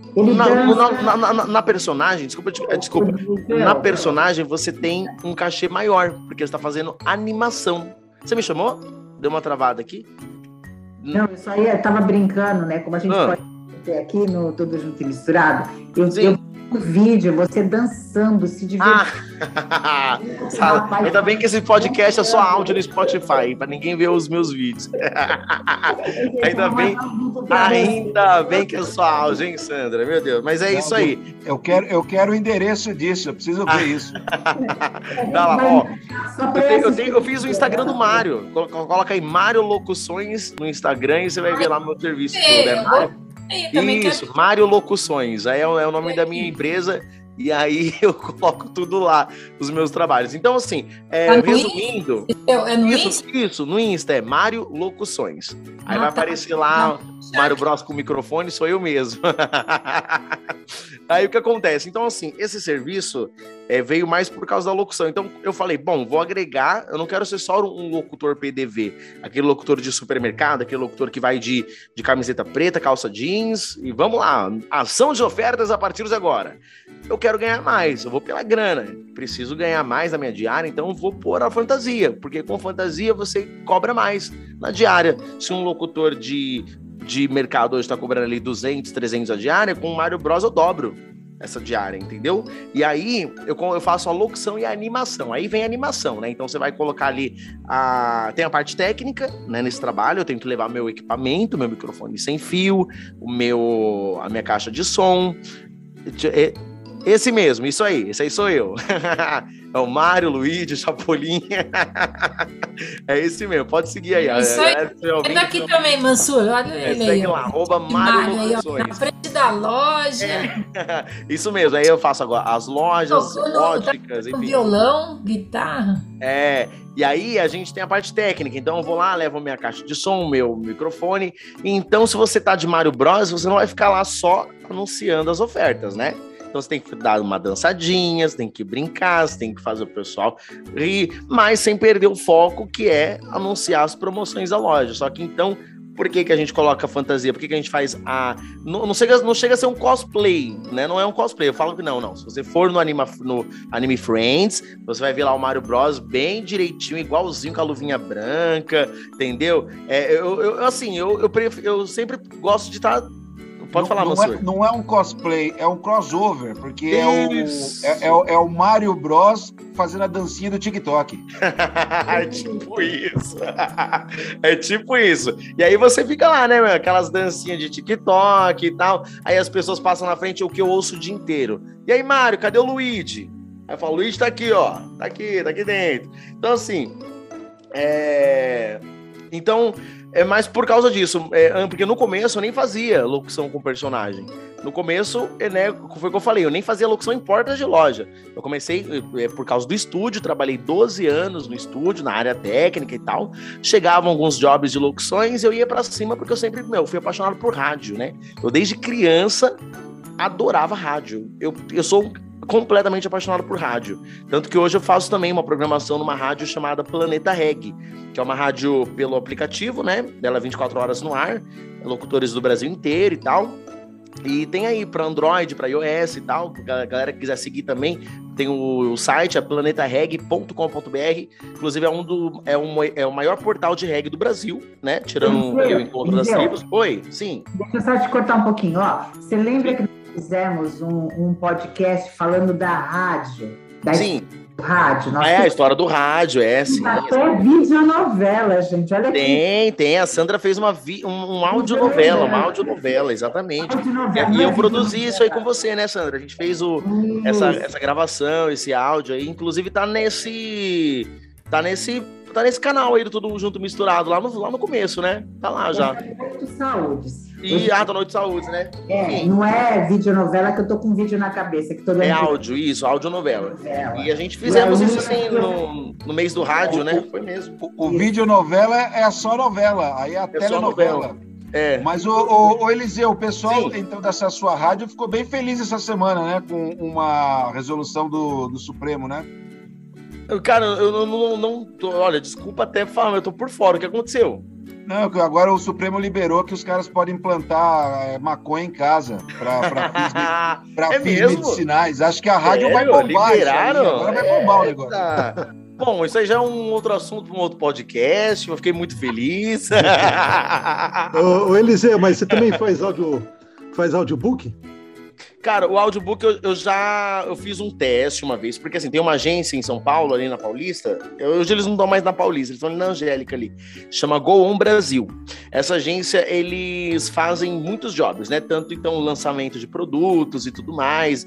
Na personagem, desculpa, na personagem você tem um cachê maior, porque você está fazendo animação. Você me chamou? Deu uma travada aqui? Não, isso aí eu tava brincando, né? Como a gente pode ter aqui no Tudo Junto e Misturado. Eu vi um vídeo, você dançando, se divertindo. Ainda bem que esse podcast é só áudio no Spotify, para ninguém ver os meus vídeos. Ainda bem que é só áudio, hein, Sandra? Meu Deus, mas é isso aí. Eu quero o endereço disso, eu preciso ver isso. Dá lá, ó. Eu fiz o Instagram do Mário. Coloca aí Mário Locuções no Instagram e você vai ver lá meu serviço. Isso, Mário Locuções. Aí é o nome da minha empresa. E aí eu coloco tudo lá, os meus trabalhos. Então, assim, resumindo... Isso, no Insta é Mário Locuções. Aí vai aparecer lá, Mário Bros com o microfone, sou eu mesmo. Aí o que acontece? Então, assim, esse serviço veio mais por causa da locução. Então, eu falei, bom, vou agregar, eu não quero ser só um locutor PDV, aquele locutor de supermercado, aquele locutor que vai de camiseta preta, calça jeans, e vamos lá, ação de ofertas a partir de agora. Eu quero ganhar mais, eu vou pela grana, preciso ganhar mais na minha diária, então eu vou pôr a fantasia, porque com fantasia você cobra mais na diária. Se um locutor de mercado hoje está cobrando ali 200, 300 a diária, com o Mário Bros eu dobro. essa diária, entendeu? E aí eu faço a locução e a animação. Aí vem a animação, né? Então você vai colocar ali tem a parte técnica, né? Nesse trabalho eu tenho que levar meu equipamento, meu microfone sem fio, a minha caixa de som. Esse mesmo, isso aí, esse aí sou eu. É o Mário, Luigi, Chapolin. É esse mesmo, pode seguir aí. Isso aí. É daqui também, Mansur, olha ele aí. Segue lá, @Mário Locuções. Na frente da loja. Isso mesmo, aí eu faço agora as lojas, óticas, enfim. Violão, guitarra. E aí a gente tem a parte técnica, então eu vou lá, levo a minha caixa de som, meu microfone. Então se você tá de Mario Bros, você não vai ficar lá só anunciando as ofertas, né? Então você tem que dar uma dançadinha, você tem que brincar, você tem que fazer o pessoal rir, mas sem perder o foco, que é anunciar as promoções da loja. Só que então, por que a gente coloca a fantasia? Por que a gente faz não chega a ser um cosplay, né? Não é um cosplay, eu falo que não. Se você for no Anime Friends, você vai ver lá o Mario Bros bem direitinho, igualzinho com a luvinha branca, entendeu? Eu sempre gosto de estar... Pode falar, Mansur. Não é um cosplay, é um crossover, porque é o Mario Bros fazendo a dancinha do TikTok. É tipo isso. É tipo isso. E aí você fica lá, né, meu? Aquelas dancinhas de TikTok e tal. Aí as pessoas passam na frente, o que eu ouço o dia inteiro. E aí, Mário, cadê o Luigi? Aí eu falo, Luigi tá aqui, ó. Tá aqui dentro. Então, assim... Então... É mais por causa disso, porque no começo eu nem fazia locução com personagem. No começo, né, foi o que eu falei, eu nem fazia locução em portas de loja. Eu comecei por causa do estúdio, trabalhei 12 anos no estúdio, na área técnica e tal. Chegavam alguns jobs de locuções e eu ia pra cima porque eu sempre, fui apaixonado por rádio, né? Eu desde criança adorava rádio. Eu sou completamente apaixonado por rádio. Tanto que hoje eu faço também uma programação numa rádio chamada Planeta Reg, que é uma rádio pelo aplicativo, né? Dela 24 horas no ar, locutores do Brasil inteiro e tal. E tem aí para Android, para iOS e tal. A galera que quiser seguir também, tem o site, é planetareg.com.br. Inclusive é o maior portal de reggae do Brasil, né? Tirando eu encontro das tribos. Oi, sim. Deixa eu só te cortar um pouquinho, ó. Você lembra que nós fizemos um podcast falando da rádio? Sim. Rádio. A história do rádio, sim. Até videonovela, gente, olha aqui. Tem, a Sandra fez uma audionovela, exatamente. E eu produzi isso aí com você, né, Sandra? A gente fez essa gravação, esse áudio aí, inclusive tá nesse canal aí do Tudo Junto Misturado, lá no começo, né? Tá lá já. Noite Saúdes. Da Noite Saúdes, né? Não é videonovela que eu tô com vídeo na cabeça. Que áudio, isso, audionovela. E a gente fizemos isso assim no mês do rádio, né? Foi mesmo. O videonovela é só novela, aí a telenovela. Mas o Eliseu, o pessoal então dessa sua rádio ficou bem feliz essa semana, né? Com uma resolução do Supremo, né? Cara, eu não tô, olha, desculpa até falar, mas eu tô por fora. O que aconteceu? Não, agora o Supremo liberou que os caras podem plantar maconha em casa para fins medicinais. Acho que a rádio vai bombar. Liberaram? Isso aí. Agora vai bombar o negócio. Bom, isso aí já é um outro assunto para um outro podcast. Eu fiquei muito feliz. Ô, Eliseu, mas você também faz audiobook? Cara, o audiobook eu fiz um teste uma vez, porque assim, tem uma agência em São Paulo, ali na Paulista, hoje eles não estão mais na Paulista, eles estão ali na Angélica ali, chama Go On Brasil. Essa agência, eles fazem muitos jobs, né, tanto então lançamento de produtos e tudo mais,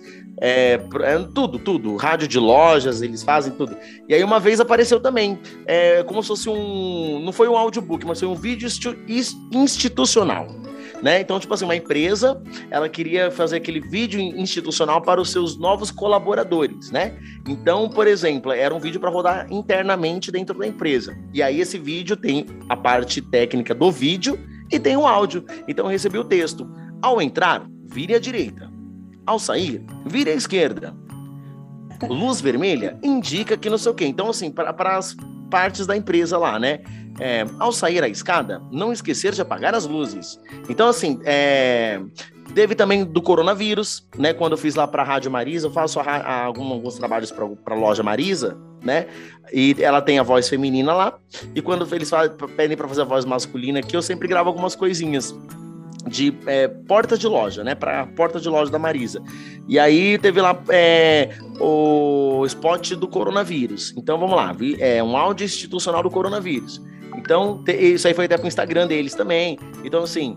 tudo, rádio de lojas, eles fazem tudo. E aí uma vez apareceu também, como se fosse não foi um audiobook, mas foi um vídeo institucional. Né? Então, tipo assim, uma empresa, ela queria fazer aquele vídeo institucional para os seus novos colaboradores, né? Então, por exemplo, era um vídeo para rodar internamente dentro da empresa. E aí esse vídeo tem a parte técnica do vídeo e tem o áudio. Então, eu recebi o texto. Ao entrar, vire à direita. Ao sair, vire à esquerda. Luz vermelha indica que não sei o quê. Então, assim, para as partes da empresa lá, né? Ao sair a escada, não esquecer de apagar as luzes. Então, assim, teve também do coronavírus, né? Quando eu fiz lá para a Rádio Marisa, eu faço alguns trabalhos para a loja Marisa, né? E ela tem a voz feminina lá. E quando eles pedem para fazer a voz masculina aqui, eu sempre gravo algumas coisinhas. porta de loja, né? Para porta de loja da Marisa. E aí teve lá o spot do coronavírus. Então vamos lá, um áudio institucional do coronavírus. Então isso aí foi até para o Instagram deles também. Então assim,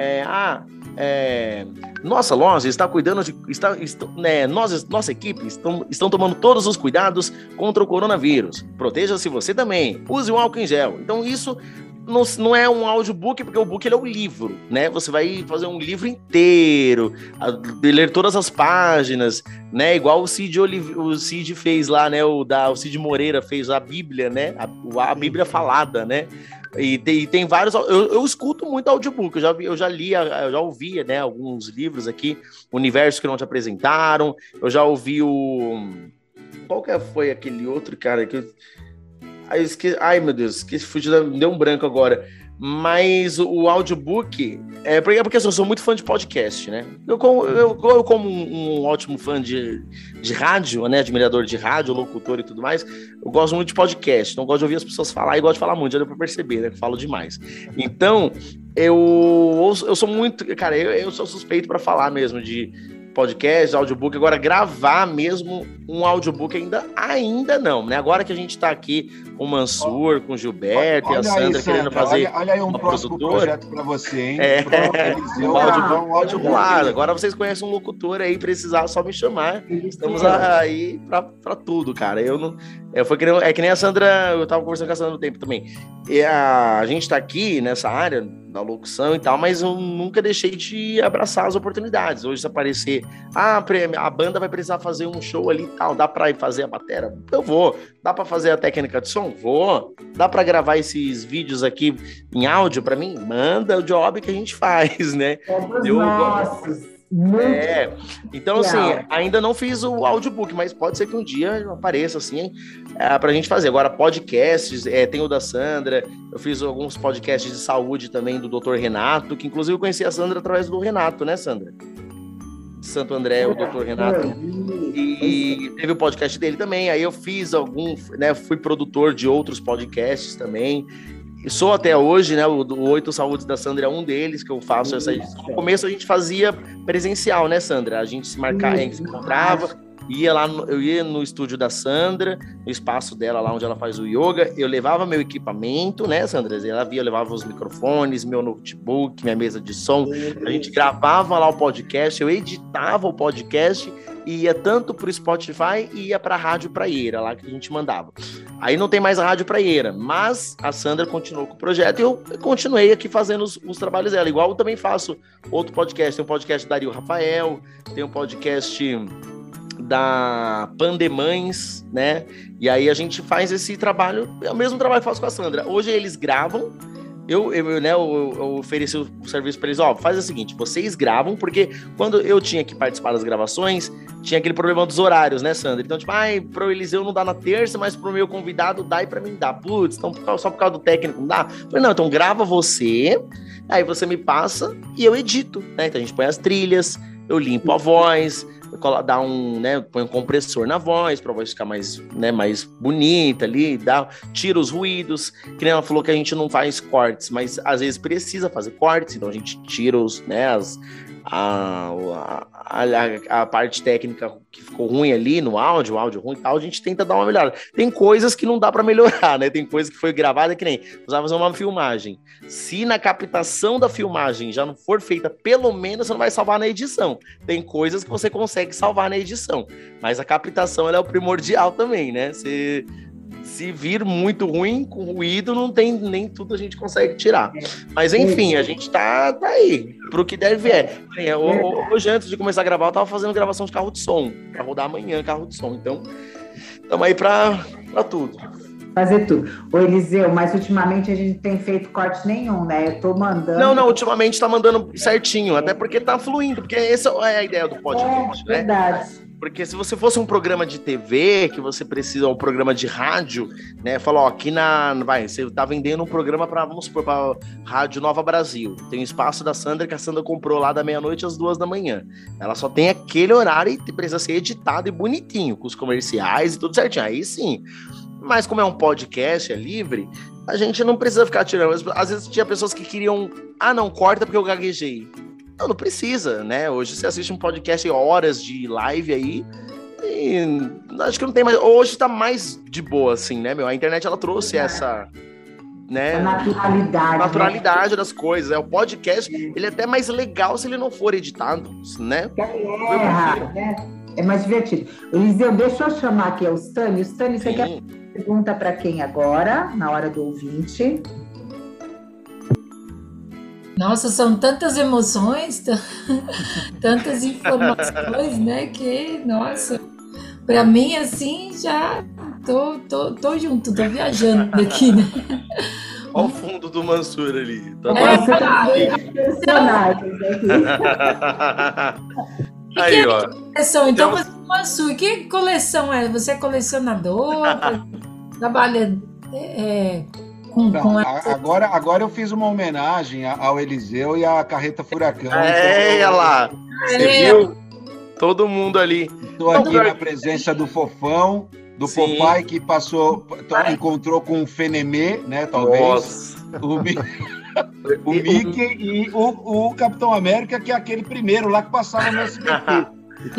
nossa loja está cuidando nossa equipe estão tomando todos os cuidados contra o coronavírus. Proteja-se você também. Use um álcool em gel. Então isso não é um audiobook, porque o book ele é um livro, né? Você vai fazer um livro inteiro, ler todas as páginas, né? Igual o Cid fez lá, né? O Cid Moreira fez a Bíblia, né? A Bíblia falada, né? E tem vários. Eu escuto muito audiobook. Eu já li, eu já ouvi, né? Alguns livros aqui, Universo que não te apresentaram. Eu já ouvi qual que foi aquele outro cara que ai, meu Deus, deu um branco agora. Mas o audiobook porque assim, eu sou muito fã de podcast, né? Eu como um ótimo fã de rádio, né? Admirador de rádio, locutor e tudo mais, eu gosto muito de podcast. Então eu gosto de ouvir as pessoas falar e gosto de falar muito, já deu pra perceber, né? Que eu falo demais. Então, eu sou muito. Cara, eu sou suspeito pra falar mesmo de podcast, audiobook. Agora, gravar mesmo um audiobook ainda não, né? Agora que a gente tá aqui com o Mansur, com o Gilberto e a Sandra querendo fazer olha aí um próximo projeto para você, hein? Audiobook. Agora vocês conhecem um locutor aí, precisar só me chamar. Estamos aí pra tudo, cara. É que nem a Sandra, eu tava conversando com a Sandra no tempo também. A gente tá aqui nessa área da locução e tal, mas eu nunca deixei de abraçar as oportunidades. Hoje, se aparecer, a banda vai precisar fazer um show ali e tal, dá pra ir fazer a bateria? Eu vou. Dá pra fazer a técnica de som? Vou. Dá pra gravar esses vídeos aqui em áudio pra mim? Manda o job que a gente faz, né? Então assim, ainda não fiz o audiobook, mas pode ser que um dia apareça assim, pra gente fazer. Agora podcasts, tem o da Sandra, eu fiz alguns podcasts de saúde também do Dr. Renato, que inclusive eu conheci a Sandra através do Renato, né, Sandra? Santo André, o Dr. Renato, e teve o podcast dele também. Aí eu fiz fui produtor de outros podcasts também. E sou até hoje, né? O 8 Saúdes da Sandra é um deles que eu faço essa edição. No começo a gente fazia presencial, né, Sandra? A gente se marcava, a gente se encontrava, eu ia no estúdio da Sandra, no espaço dela lá onde ela faz o yoga, eu levava meu equipamento, né, Sandra? Eu levava os microfones, meu notebook, minha mesa de som, a gente gravava lá o podcast, eu editava o podcast e ia tanto pro Spotify e ia pra Rádio Praieira, lá que a gente mandava. Aí não tem mais a Rádio Praieira, mas a Sandra continuou com o projeto e eu continuei aqui fazendo os trabalhos dela. Igual eu também faço outro podcast, tem um podcast do Dario Rafael, tem um podcast da Pandemães, né? E aí a gente faz esse trabalho, é o mesmo trabalho que eu faço com a Sandra. Hoje eles gravam, eu ofereci o serviço para eles, faz o seguinte, vocês gravam, porque quando eu tinha que participar das gravações, tinha aquele problema dos horários, né, Sandra? Então, pro Eliseu não dá na terça, mas pro meu convidado dá e pra mim dá. Putz, então só por causa do técnico não dá? Eu falei, não, então grava você, aí você me passa e eu edito, né? Então a gente põe as trilhas, eu limpo a voz, põe um compressor na voz pra voz ficar mais, né, mais bonita ali, tira os ruídos, que nem ela falou que a gente não faz cortes, mas às vezes precisa fazer cortes, então a gente tira a parte técnica que ficou ruim ali no áudio, o áudio ruim e tal, a gente tenta dar uma melhorada. Tem coisas que não dá pra melhorar, né? Tem coisa que foi gravada que nem precisava fazer uma filmagem. Se na captação da filmagem já não for feita, pelo menos você não vai salvar na edição. Tem coisas que você consegue salvar na edição, mas a captação ela é o primordial também, né? Se vir muito ruim, com ruído, não tem nem tudo a gente consegue tirar. Mas enfim, a gente tá aí, pro que deve Hoje, antes de começar a gravar, eu tava fazendo gravação de carro de som, pra rodar amanhã carro de som. Então, estamos aí pra tudo. Fazer tudo. Ô, Eliseu, mas ultimamente a gente não tem feito corte nenhum, né? Eu tô mandando... Não, ultimamente tá mandando certinho, até porque tá fluindo, porque essa é a ideia do podcast, né? Verdade. Porque se você fosse um programa de TV, que você precisa, um programa de rádio, né? Fala, ó, aqui você tá vendendo um programa para, vamos supor, para Rádio Nova Brasil. Tem o espaço da Sandra, que a Sandra comprou lá da meia-noite às 2h. Ela só tem aquele horário e precisa ser editado e bonitinho, com os comerciais e tudo certinho. Aí sim. Mas como é um podcast, é livre, a gente não precisa ficar tirando. Às vezes tinha pessoas que queriam, não, corta porque eu gaguejei. Não precisa, né? Hoje você assiste um podcast horas de live aí e acho que não tem mais. Hoje tá mais de boa, assim, né, meu? A internet, ela trouxe essa, né? A naturalidade das coisas. O podcast, ele é até mais legal se ele não for editado, né? É mais divertido. Eliseu, deixa eu chamar aqui o Stani. Stani, você quer pergunta para quem agora, na hora do ouvinte? Nossa, são tantas emoções, tantas informações, né? Que, nossa, para mim, assim, já tô junto, tô viajando aqui, né? Olha o fundo do Mansur ali. Aí, ó. Coleção? Então, Mansur, que coleção é? Você é colecionador? Trabalha Agora eu fiz uma homenagem ao Eliseu e à Carreta Furacão. Olha lá. Você viu? Todo mundo ali. Estou aqui na presença do Fofão, do Popeye, que encontrou com o Fenemê, né? Talvez. Nossa. O Mickey e o Capitão América, que é aquele primeiro lá que passava no SBT.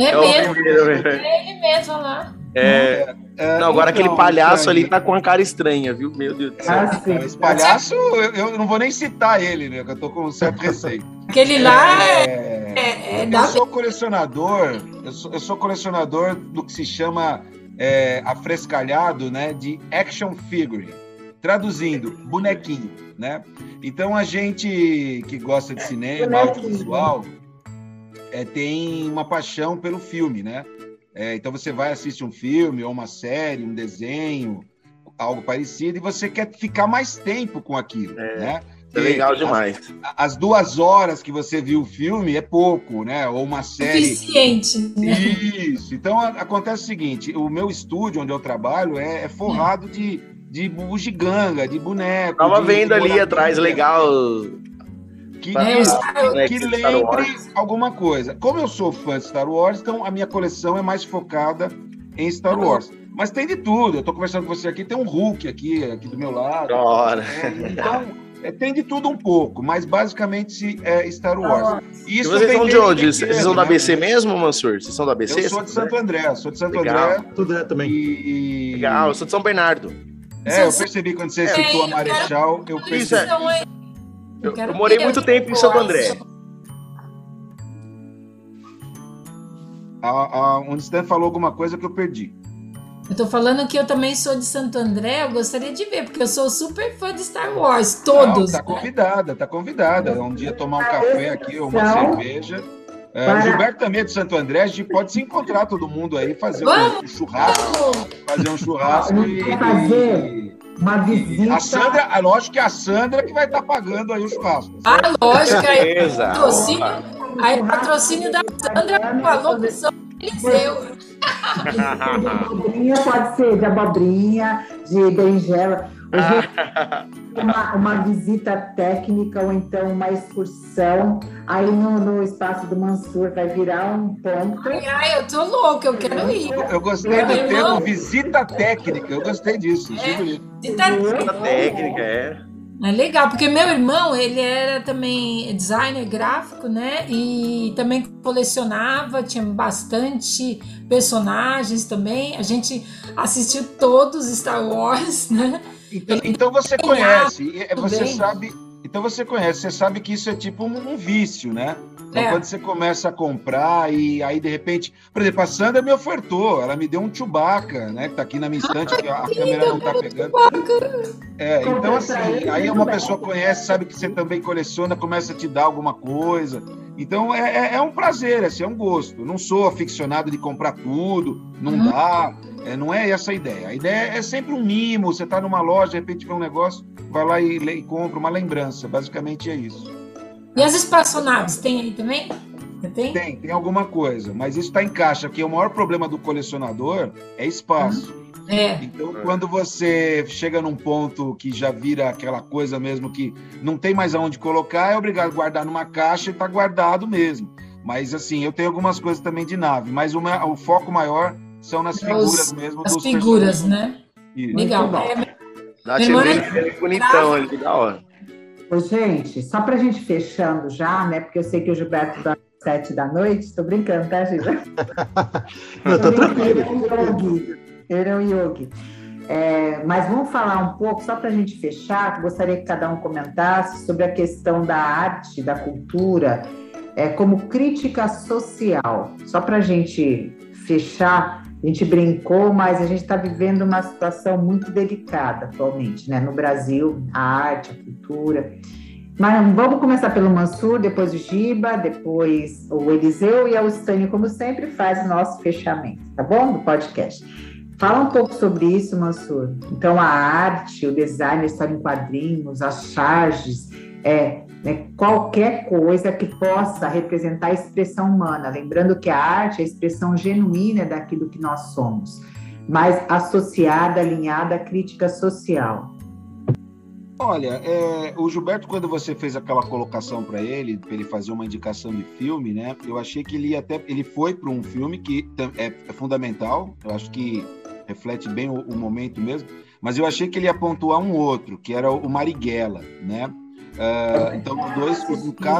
É ele mesmo lá. Não, agora aquele palhaço ali tá com uma cara estranha, viu? Meu Deus do céu. Esse palhaço, eu não vou nem citar ele, né? Que eu tô com um certo receio. Aquele lá eu sou colecionador, eu sou colecionador do que se chama afrescalhado, né? De action figure. Traduzindo, bonequinho, né? Então a gente que gosta de cinema, audiovisual, tem uma paixão pelo filme, né? Então você vai assistir um filme, ou uma série, um desenho, algo parecido, e você quer ficar mais tempo com aquilo, né? É legal demais. As 2 horas que você viu o filme é pouco, né? Ou uma série... Suficiente. Né? Isso. Então acontece o seguinte, o meu estúdio onde eu trabalho é forrado de bugiganga, de boneco. Tava vendo ali atrás, legal... Que lembre alguma coisa. Como eu sou fã de Star Wars, então a minha coleção é mais focada em Star Wars. Mas tem de tudo. Eu tô conversando com você aqui, tem um Hulk aqui do meu lado. Então, tem de tudo um pouco, mas basicamente é Star Wars. E vocês são de onde? Vocês são da ABC mesmo, Mansur? Vocês são da ABC? Eu sou de Santo André. Tudo também. Legal, eu sou de São Bernardo. Eu percebi quando você citou a Marechal, eu percebi. Eu morei muito tempo em Santo André. O Stan falou alguma coisa que eu perdi. Eu tô falando que eu também sou de Santo André, eu gostaria de ver, porque eu sou super fã de Star Wars, todos. Tá convidada. Um dia tomar um café aqui, ou uma cerveja. O Gilberto também é de Santo André, a gente pode se encontrar todo mundo aí, fazer um churrasco. Fazer um churrasco uma visita. A Sandra, lógico que a Sandra que vai estar pagando aí o churrasco. Lógico, aí patrocínio da Sandra falou que são Eliseu. Pode ser de abobrinha, de berinjela. Uma visita técnica ou então uma excursão aí no espaço do Mansur vai virar um ponto. Eu tô louca, eu quero ir. Eu gostei do termo visita técnica, eu gostei disso. Visita técnica, É legal, porque meu irmão, ele era também designer gráfico, né? E também colecionava, tinha bastante personagens também. A gente assistiu todos Star Wars, né? Então você conhece, você sabe que isso é tipo um vício, né? Então quando você começa a comprar e aí de repente, por exemplo, a Sandra me ofertou, ela me deu um Chewbacca, né? Que tá aqui na minha estante, que a câmera não tá pegando. Então assim, aí uma pessoa conhece, sabe que você também coleciona, começa a te dar alguma coisa. Então é um prazer, assim, é um gosto. Eu não sou aficionado de comprar tudo, não dá. Não é essa a ideia. A ideia é sempre um mimo. Você está numa loja, de repente vê um negócio, vai lá e compra uma lembrança. Basicamente é isso. E as espaçonaves, tem aí também? Tem alguma coisa, mas isso está em caixa, porque o maior problema do colecionador é espaço. Então, quando você chega num ponto que já vira aquela coisa mesmo que não tem mais aonde colocar, é obrigado a guardar numa caixa e tá guardado mesmo. Mas, assim, eu tenho algumas coisas também de nave, mas o foco maior são nas figuras mesmo dos figuras, né? Isso. Legal. Bonitão ali, da hora. Ô, gente, só pra gente fechando já, né? Porque eu sei que o Gilberto dá 7 da noite, tô brincando, tá, Gilberto? Não, tá tranquilo. Ele é um yogi. Mas vamos falar um pouco, só para a gente fechar, gostaria que cada um comentasse sobre a questão da arte, da cultura, como crítica social. Só para a gente fechar, a gente brincou, mas a gente está vivendo uma situação muito delicada atualmente, né? No Brasil, a arte, a cultura. Mas vamos começar pelo Mansur, depois o Giba, depois o Eliseu e a Ustânia, como sempre, faz o nosso fechamento, tá bom? Do podcast. Fala um pouco sobre isso, Mansur. Então, a arte, o design, a história em quadrinhos, as charges, qualquer coisa que possa representar a expressão humana. Lembrando que a arte é a expressão genuína daquilo que nós somos, mas associada, alinhada à crítica social. Olha, o Gilberto, quando você fez aquela colocação para ele fazer uma indicação de filme, né? Eu achei que ele foi para um filme que é fundamental, eu acho que reflete bem o momento mesmo, mas eu achei que ele ia pontuar um outro, que era o Marighella, né? Então, os dois,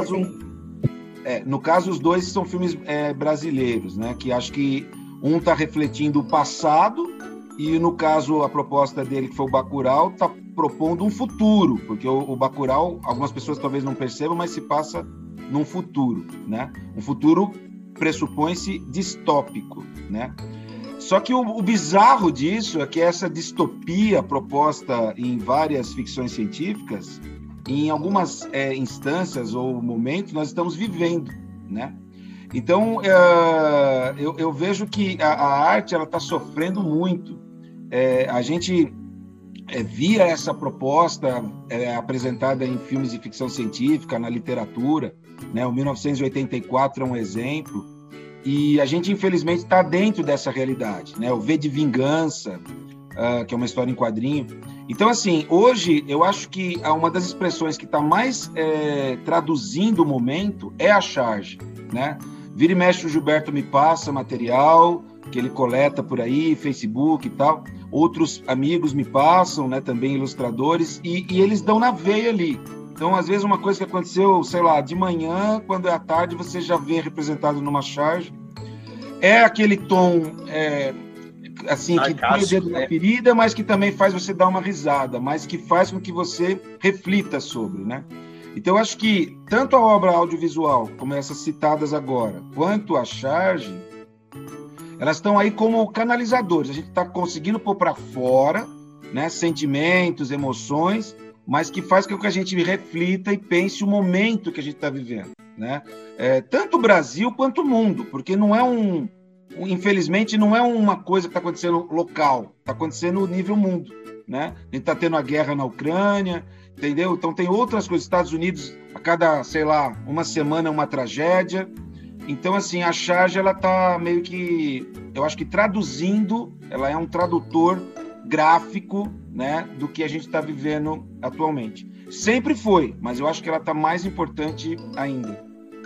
no caso, os dois são filmes brasileiros, né? Que acho que um está refletindo o passado e, no caso, a proposta dele, que foi o Bacurau, está propondo um futuro, porque o Bacurau, algumas pessoas talvez não percebam, mas se passa num futuro, né? Um futuro pressupõe-se distópico, né? Só que o bizarro disso é que essa distopia proposta em várias ficções científicas, em algumas instâncias ou momentos, nós estamos vivendo, né? Então, eu vejo que a arte está sofrendo muito. A gente via essa proposta apresentada em filmes de ficção científica, na literatura, né? O 1984 é um exemplo, e a gente, infelizmente, está dentro dessa realidade, né? O V de Vingança, que é uma história em quadrinho. Então, assim, hoje, eu acho que uma das expressões que está mais traduzindo o momento é a charge, né? Vira e mexe, o Gilberto me passa material que ele coleta por aí, Facebook e tal. Outros amigos me passam, né, também ilustradores, e eles dão na veia ali. Então, às vezes, uma coisa que aconteceu, sei lá, de manhã, quando é à tarde, você já vê representado numa charge. É aquele tom, assim, que põe o dedo na ferida, mas que também faz você dar uma risada, mas que faz com que você reflita sobre, né? Então, eu acho que tanto a obra audiovisual, como essas citadas agora, quanto a charge, elas estão aí como canalizadores. A gente está conseguindo pôr para fora, né, sentimentos, emoções, mas que faz com que a gente reflita e pense o momento que a gente está vivendo, né? Tanto o Brasil quanto o mundo, porque não é infelizmente, não é uma coisa que está acontecendo local, está acontecendo no nível mundo, né? A gente está tendo a guerra na Ucrânia, entendeu? Então tem outras coisas. Estados Unidos, a cada, sei lá, uma semana é uma tragédia. Então, assim, a charge, ela está meio que, eu acho que traduzindo, ela é um tradutor gráfico, né, do que a gente está vivendo atualmente. Sempre foi, mas eu acho que ela está mais importante ainda.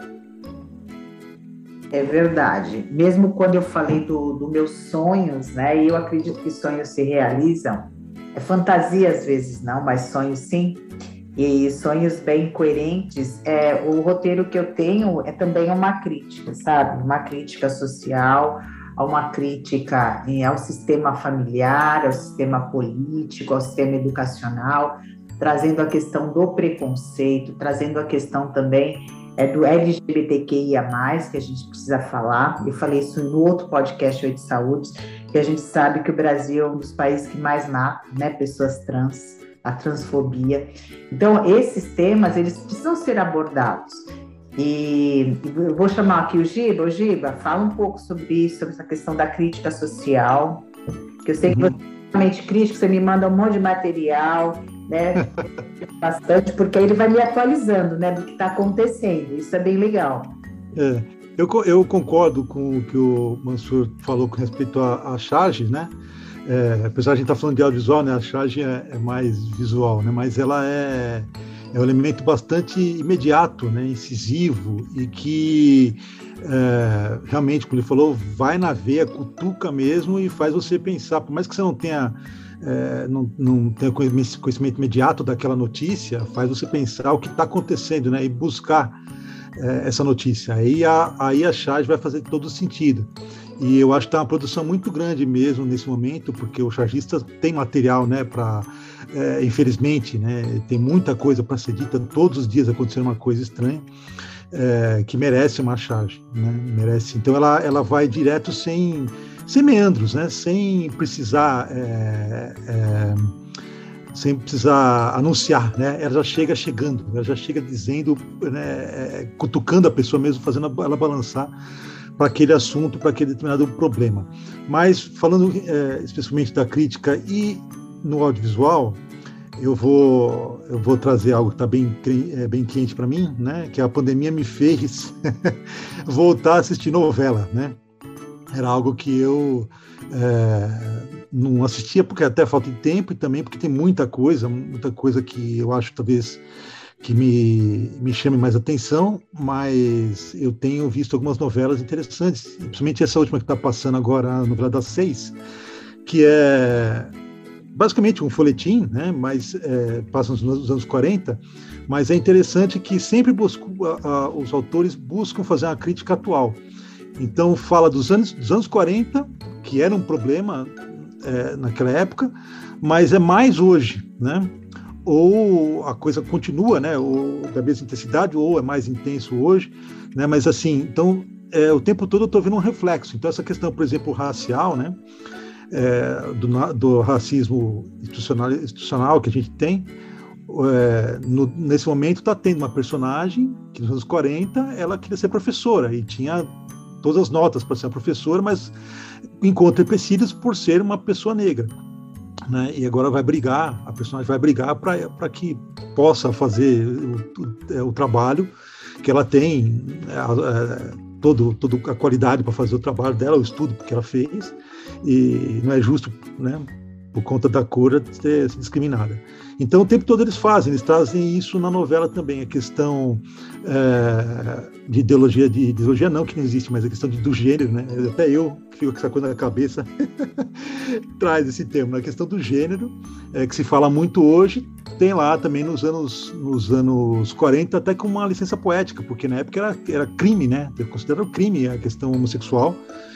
É verdade. Mesmo quando eu falei dos meus sonhos, né, e eu acredito que sonhos se realizam, fantasia às vezes não, mas sonhos sim, e sonhos bem coerentes. O roteiro que eu tenho é também uma crítica, sabe? Uma crítica social, uma crítica ao sistema familiar, ao sistema político, ao sistema educacional, trazendo a questão do preconceito, trazendo a questão também do LGBTQIA+, que a gente precisa falar. Eu falei isso no outro podcast, 8 Saúdes, que a gente sabe que o Brasil é um dos países que mais mata, né, pessoas trans, a transfobia. Então, esses temas, eles precisam ser abordados. E eu vou chamar aqui o Giba. Giba, fala um pouco sobre isso, sobre essa questão da crítica social, que eu sei que você é realmente crítico, você me manda um monte de material, né? Bastante, porque aí ele vai me atualizando, né, do que está acontecendo. Isso é bem legal. Eu concordo com o que o Mansur falou com respeito à charge, né? Apesar de a gente estar falando de audiovisual, né? A charge é mais visual, né? Mas ela é um elemento bastante imediato, né? Incisivo, e que realmente, como ele falou, vai na veia, cutuca mesmo e faz você pensar, por mais que você não tenha conhecimento imediato daquela notícia, faz você pensar o que está acontecendo, né? E buscar essa notícia. Aí a charge vai fazer todo sentido. E eu acho que está uma produção muito grande mesmo nesse momento, porque o chargista tem material, né, para, infelizmente, né, tem muita coisa para ser dita, todos os dias acontecendo uma coisa estranha, que merece uma charge, né, merece. Então ela vai direto sem meandros, né, sem precisar anunciar, né? Ela já chega chegando, ela já chega dizendo, né, cutucando a pessoa mesmo, fazendo ela balançar para aquele assunto, para aquele determinado problema. Mas falando especificamente da crítica e no audiovisual, eu vou trazer algo que está bem quente para mim, né? Que a pandemia me fez voltar a assistir novela, né? Era algo que eu não assistia porque até falta de tempo, e também porque tem muita coisa que eu acho talvez que me chame mais atenção, mas eu tenho visto algumas novelas interessantes, principalmente essa última que está passando agora, a novela das 6, que é basicamente um folhetim, né? Mas passa nos anos 40, mas é interessante que sempre os autores buscam fazer uma crítica atual. Então fala dos anos 40, que era um problema naquela época, mas é mais hoje, né? Ou a coisa continua, né? Ou da mesma intensidade, ou é mais intenso hoje, né? Mas assim, então o tempo todo eu estou vendo um reflexo. Então essa questão, por exemplo, racial, né? Do racismo institucional que a gente tem, nesse momento está tendo uma personagem que nos anos 40 ela queria ser professora e tinha todas as notas para ser uma professora, mas encontra empecilhos por ser uma pessoa negra, né? E agora a personagem vai brigar para que possa fazer o trabalho que ela tem, toda a qualidade para fazer o trabalho dela, o estudo que ela fez, e não é justo, né, por conta da cor ser discriminada. Então o tempo todo eles trazem isso na novela também, a questão de ideologia não, que não existe, mas a questão do gênero, né? Até eu fico com essa coisa na cabeça traz esse termo, a questão do gênero, que se fala muito hoje, tem lá também nos anos 40 até com uma licença poética, porque na época era crime, né? Considerado crime a questão homossexual,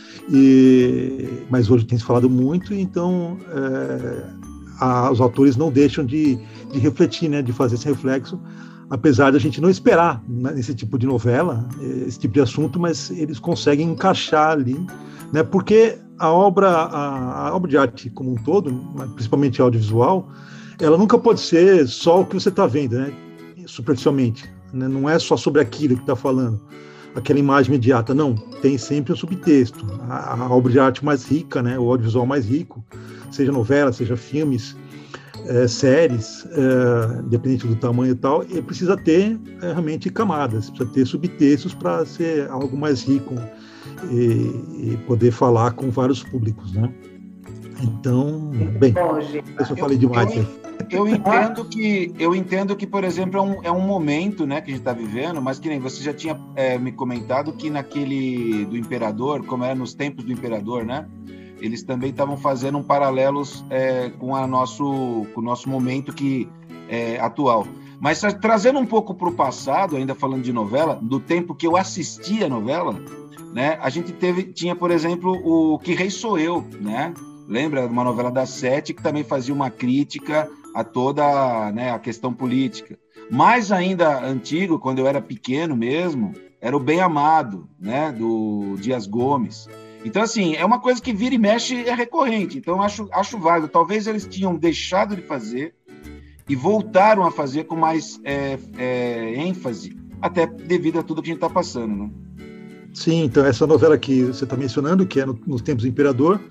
mas hoje tem se falado muito, então os autores não deixam de refletir, né, de fazer esse reflexo, apesar de a gente não esperar, né, nesse tipo de novela, esse tipo de assunto, mas eles conseguem encaixar ali, né, porque a obra de arte como um todo, principalmente audiovisual, ela nunca pode ser só o que você está vendo, né, superficialmente, né, não é só sobre aquilo que está falando, aquela imagem imediata, não, tem sempre um subtexto. A obra de arte mais rica, né, o audiovisual mais rico, seja novela, seja filmes, séries, independente do tamanho e tal, ele precisa ter realmente camadas, precisa ter subtextos para ser algo mais rico e poder falar com vários públicos, né? Então, bem, eu falei demais. Eu entendo que, por exemplo, é um momento, né, que a gente está vivendo, mas que nem você já tinha me comentado que naquele do Imperador, como era nos tempos do Imperador, né, eles também estavam fazendo paralelos com o nosso momento atual. Mas trazendo um pouco para o passado, ainda falando de novela, do tempo que eu assistia a novela, né, a gente tinha, por exemplo, o Que Rei Sou Eu, né? Lembra? Uma novela das 7 que também fazia uma crítica a toda, né, a questão política. Mais ainda antigo, quando eu era pequeno mesmo, era o Bem Amado, né, do Dias Gomes. Então, assim, é uma coisa que vira e mexe, é recorrente. Então, acho válido. Talvez eles tinham deixado de fazer e voltaram a fazer com mais ênfase, até devido a tudo que a gente está passando, né? Sim, então essa novela que você está mencionando, que é nos tempos do Imperador,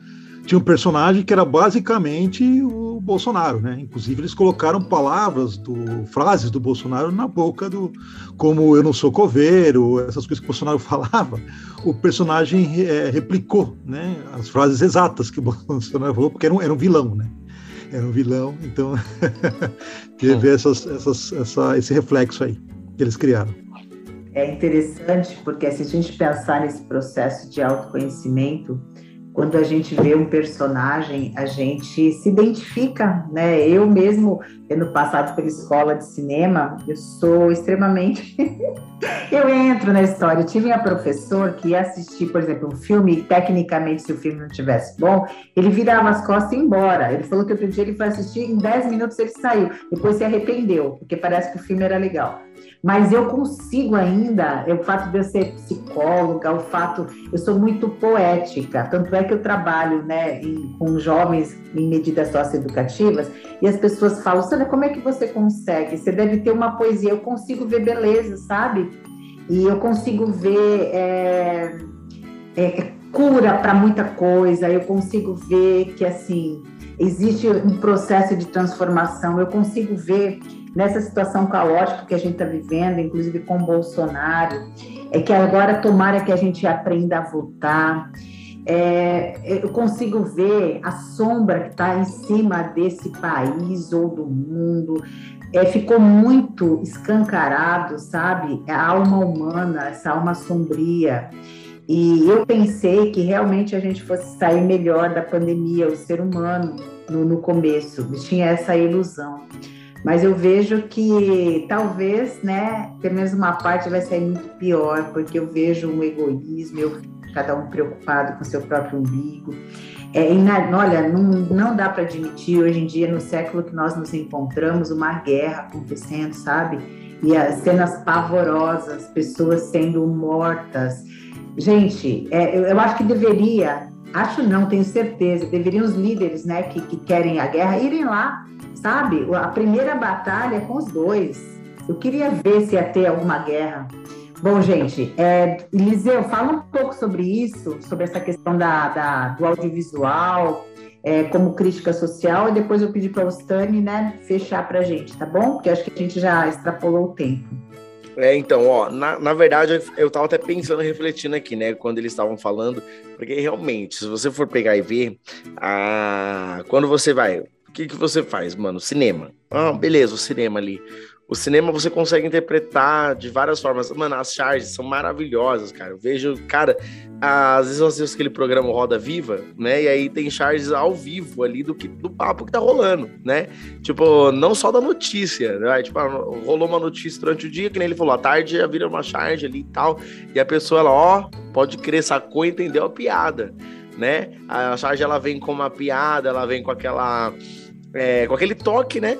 tinha um personagem que era basicamente o Bolsonaro, né? Inclusive eles colocaram frases do Bolsonaro na boca como eu não sou coveiro, essas coisas que o Bolsonaro falava, o personagem replicou, né? As frases exatas que o Bolsonaro falou, porque era um vilão, né? Era um vilão, então teve esse reflexo aí que eles criaram. É interessante porque se a gente pensar nesse processo de autoconhecimento, quando a gente vê um personagem, a gente se identifica, né? Eu mesmo, tendo passado pela escola de cinema, eu sou extremamente... eu entro na história. Eu tive um professor que ia assistir, por exemplo, um filme, tecnicamente, se o filme não estivesse bom, ele virava as costas e ia embora. Ele falou que outro dia ele foi assistir, em 10 minutos ele saiu. Depois se arrependeu, porque parece que o filme era legal. Mas eu consigo ainda, o fato de eu ser psicóloga, eu sou muito poética, tanto é que eu trabalho, né, com jovens em medidas socioeducativas, e as pessoas falam, Sandra, como é que você consegue? Você deve ter uma poesia, eu consigo ver beleza, sabe? E eu consigo ver cura para muita coisa, eu consigo ver que, assim, existe um processo de transformação, eu consigo ver nessa situação caótica que a gente está vivendo, inclusive com o Bolsonaro, que agora tomara que a gente aprenda a votar. Eu consigo ver a sombra que está em cima desse país ou do mundo. Ficou muito escancarado, sabe? A alma humana, essa alma sombria. E eu pensei que realmente a gente fosse sair melhor da pandemia, o ser humano, no começo. Eu tinha essa ilusão. Mas eu vejo que talvez, né, pelo menos uma parte vai sair muito pior, porque eu vejo um egoísmo, cada um preocupado com seu próprio umbigo. Olha, não dá para admitir hoje em dia, no século que nós nos encontramos, uma guerra acontecendo, sabe? E as cenas pavorosas, pessoas sendo mortas. Gente, eu acho que deveria, tenho certeza, deveriam os líderes, né, que querem a guerra irem lá, sabe? A primeira batalha é com os dois. Eu queria ver se ia ter alguma guerra. Bom, gente, Eliseu, fala um pouco sobre isso, sobre essa questão do audiovisual, como crítica social, e depois eu pedi para o Stani, né, fechar para a gente, tá bom? Porque acho que a gente já extrapolou o tempo. Então, na verdade, eu estava até pensando, refletindo aqui, né, quando eles estavam falando, porque realmente, se você for pegar e ver, quando você vai... O que você faz, mano? Cinema. Beleza, o cinema ali. O cinema você consegue interpretar de várias formas. Mano, as charges são maravilhosas, cara. Eu vejo, cara, às vezes eu assisto aquele programa Roda Viva, né? E aí tem charges ao vivo ali do papo que tá rolando, né? Tipo, não só da notícia, né? Tipo, rolou uma notícia durante o dia, que nem ele falou, à tarde já vira uma charge ali e tal. E a pessoa, ela, pode crer, sacou e entendeu a piada, né? A charge, ela vem com uma piada, ela vem com com aquele toque, né?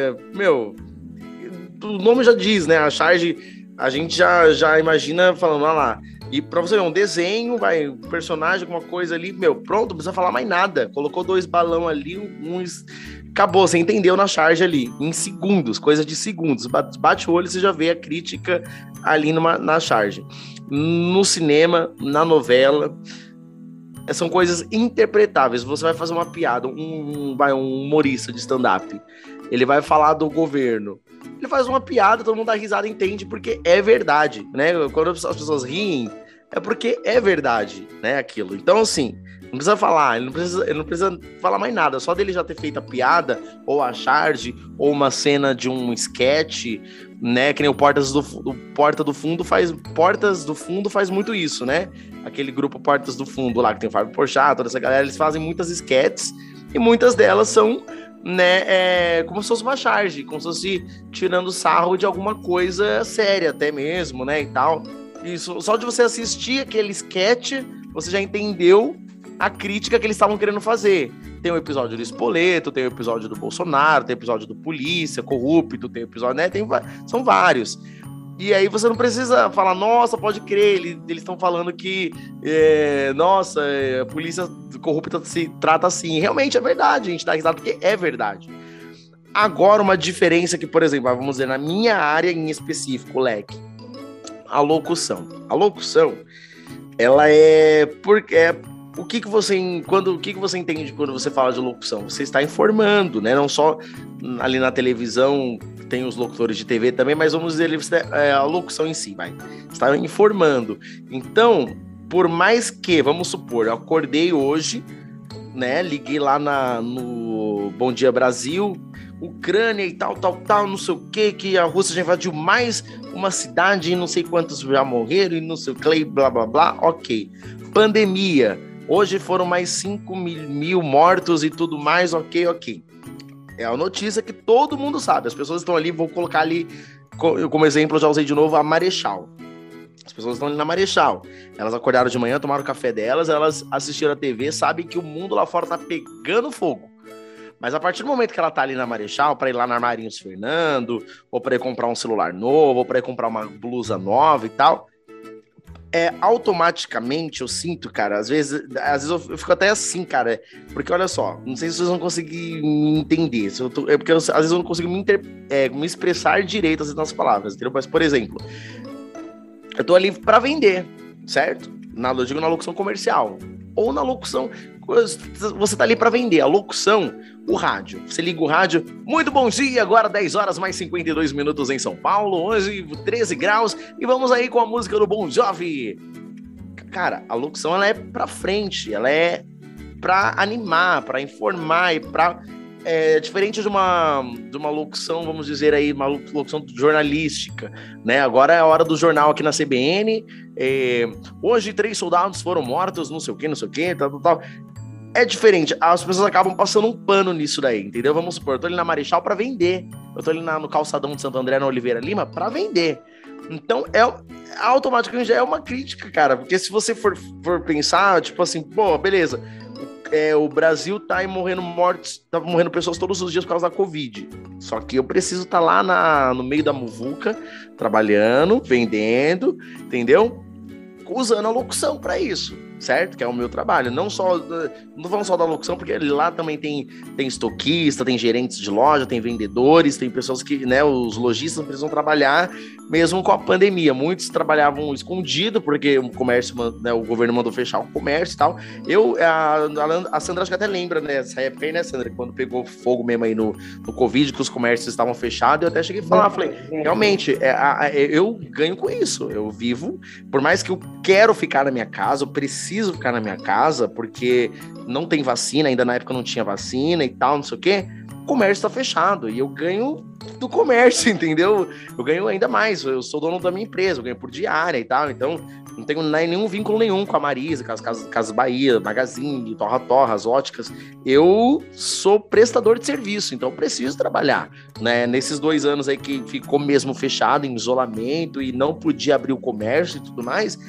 O nome já diz, né? A charge, a gente já imagina falando, lá. E pra você ver, um desenho, um personagem, alguma coisa ali, pronto, não precisa falar mais nada. Colocou 2 balão ali, acabou, você entendeu na charge ali, em segundos, coisa de segundos. Bate o olho, você já vê a crítica ali na charge. No cinema, na novela... São coisas interpretáveis. Você vai fazer uma piada, um humorista de stand-up, ele vai falar do governo, ele faz uma piada, todo mundo dá risada, entende, porque é verdade, né? Quando as pessoas riem, é porque é verdade, né, aquilo. Então, assim, não precisa falar, ele não precisa falar mais nada, só dele já ter feito a piada, ou a charge, ou uma cena de um sketch, né, que nem o Portas do Fundo faz muito isso, né? Aquele grupo Portas do Fundo lá, que tem o Fábio Porchat, toda essa galera, eles fazem muitas sketches, e muitas delas são, né, como se fosse uma charge, como se fosse tirando sarro de alguma coisa séria até mesmo, né, e tal. Isso, só de você assistir aquele sketch, você já entendeu a crítica que eles estavam querendo fazer. Tem o episódio do Spoleto, tem o episódio do Bolsonaro, tem o episódio do polícia, corrupto, tem o episódio, né? São vários. E aí você não precisa falar, nossa, pode crer, eles estão falando que, nossa, a polícia corrupta se trata assim. Realmente é verdade, a gente dá risada porque é verdade. Agora, uma diferença que, por exemplo, vamos dizer, na minha área em específico, Leque, a locução. A locução, ela o que você entende quando você fala de locução? Você está informando, né? Não só ali na televisão, tem os locutores de TV também, mas vamos dizer a locução em si, vai. Você está informando. Então, por mais que, vamos supor, eu acordei hoje, né? Liguei lá no Bom Dia Brasil, Ucrânia e tal, não sei o que a Rússia já invadiu mais uma cidade e não sei quantos já morreram e não sei o que, blá, blá, blá, ok. Pandemia, hoje foram mais 5 mil mortos e tudo mais, ok. É a notícia que todo mundo sabe, as pessoas estão ali, vou colocar ali, como exemplo, eu já usei de novo a Marechal. As pessoas estão ali na Marechal, elas acordaram de manhã, tomaram o café delas, elas assistiram a TV, sabem que o mundo lá fora tá pegando fogo. Mas a partir do momento que ela tá ali na Marechal, para ir lá na Armarinhos Fernando, ou para ir comprar um celular novo, ou para ir comprar uma blusa nova e tal, automaticamente eu sinto, cara, às vezes eu fico até assim, cara, porque olha só, não sei se vocês vão conseguir me entender, porque às vezes eu não consigo me expressar direito as palavras, entendeu? Mas, por exemplo, eu tô ali para vender, certo? Eu digo na locução comercial, ou na locução, você tá ali para vender, a locução, o rádio, você liga o rádio, muito bom dia, agora 10 horas mais 52 minutos em São Paulo, hoje 13 graus, e vamos aí com a música do Bon Jovi. Cara, a locução, ela é pra frente, ela é pra animar, pra informar, e pra... diferente de uma locução, vamos dizer aí, uma locução jornalística, né? Agora é a hora do jornal aqui na CBN, hoje 3 soldados foram mortos, não sei o que, tal. É diferente, as pessoas acabam passando um pano nisso daí, entendeu? Vamos supor, eu tô ali na Marechal pra vender, eu tô ali no calçadão de Santo André, na Oliveira Lima, pra vender. Então, automaticamente já é uma crítica, cara, porque se você for pensar, tipo assim, pô, beleza, o Brasil tá morrendo pessoas todos os dias por causa da Covid. Só que eu preciso estar lá no meio da muvuca, trabalhando, vendendo, entendeu? Usando a locução para isso, certo? Que é o meu trabalho. Não falando só da locução, porque lá também tem estoquista, tem gerentes de loja, tem vendedores, tem pessoas que, né, os lojistas precisam trabalhar mesmo com a pandemia. Muitos trabalhavam escondido, porque o comércio, né, o governo mandou fechar o comércio e tal. A Sandra acho que até lembra, né, essa época aí, né, Sandra, quando pegou fogo mesmo aí no Covid, que os comércios estavam fechados, eu até cheguei a falar, falei, realmente, eu ganho com isso, eu vivo, por mais que eu quero ficar na minha casa, eu preciso ficar na minha casa, porque não tem vacina, ainda na época não tinha vacina e tal, não sei o quê, o comércio tá fechado, e eu ganho do comércio, entendeu? Eu ganho ainda mais, eu sou dono da minha empresa, eu ganho por diária e tal, então não tenho nenhum vínculo nenhum com a Marisa, com as Casas Bahia, Magazine, Torra, as óticas. Eu sou prestador de serviço, então eu preciso trabalhar, né? Nesses 2 anos aí que ficou mesmo fechado, em isolamento, e não podia abrir o comércio e tudo mais,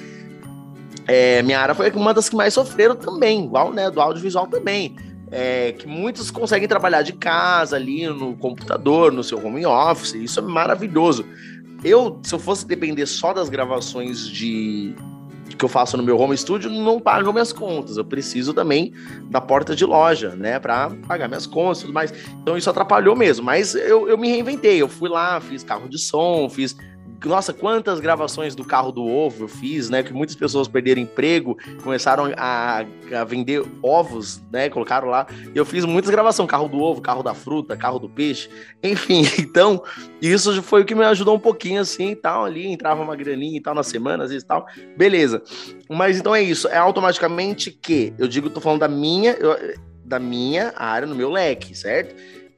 minha área foi uma das que mais sofreram também, igual, né, do audiovisual também. Que muitos conseguem trabalhar de casa ali no computador, no seu home office, isso é maravilhoso. Se eu fosse depender só das gravações que eu faço no meu home studio, não pago minhas contas, eu preciso também da porta de loja, né, para pagar minhas contas e tudo mais, então isso atrapalhou mesmo, mas eu me reinventei, eu fui lá, fiz carro de som, nossa, quantas gravações do carro do ovo eu fiz, né? Que muitas pessoas perderam emprego, começaram a vender ovos, né? Colocaram lá. E eu fiz muitas gravações, carro do ovo, carro da fruta, carro do peixe, enfim. Então, isso foi o que me ajudou um pouquinho, assim, e tal, ali. Entrava uma graninha e tal na semana, às vezes, tal. Beleza. Mas, então, é isso. É automaticamente que, eu digo, tô falando da minha área, no meu leque, certo?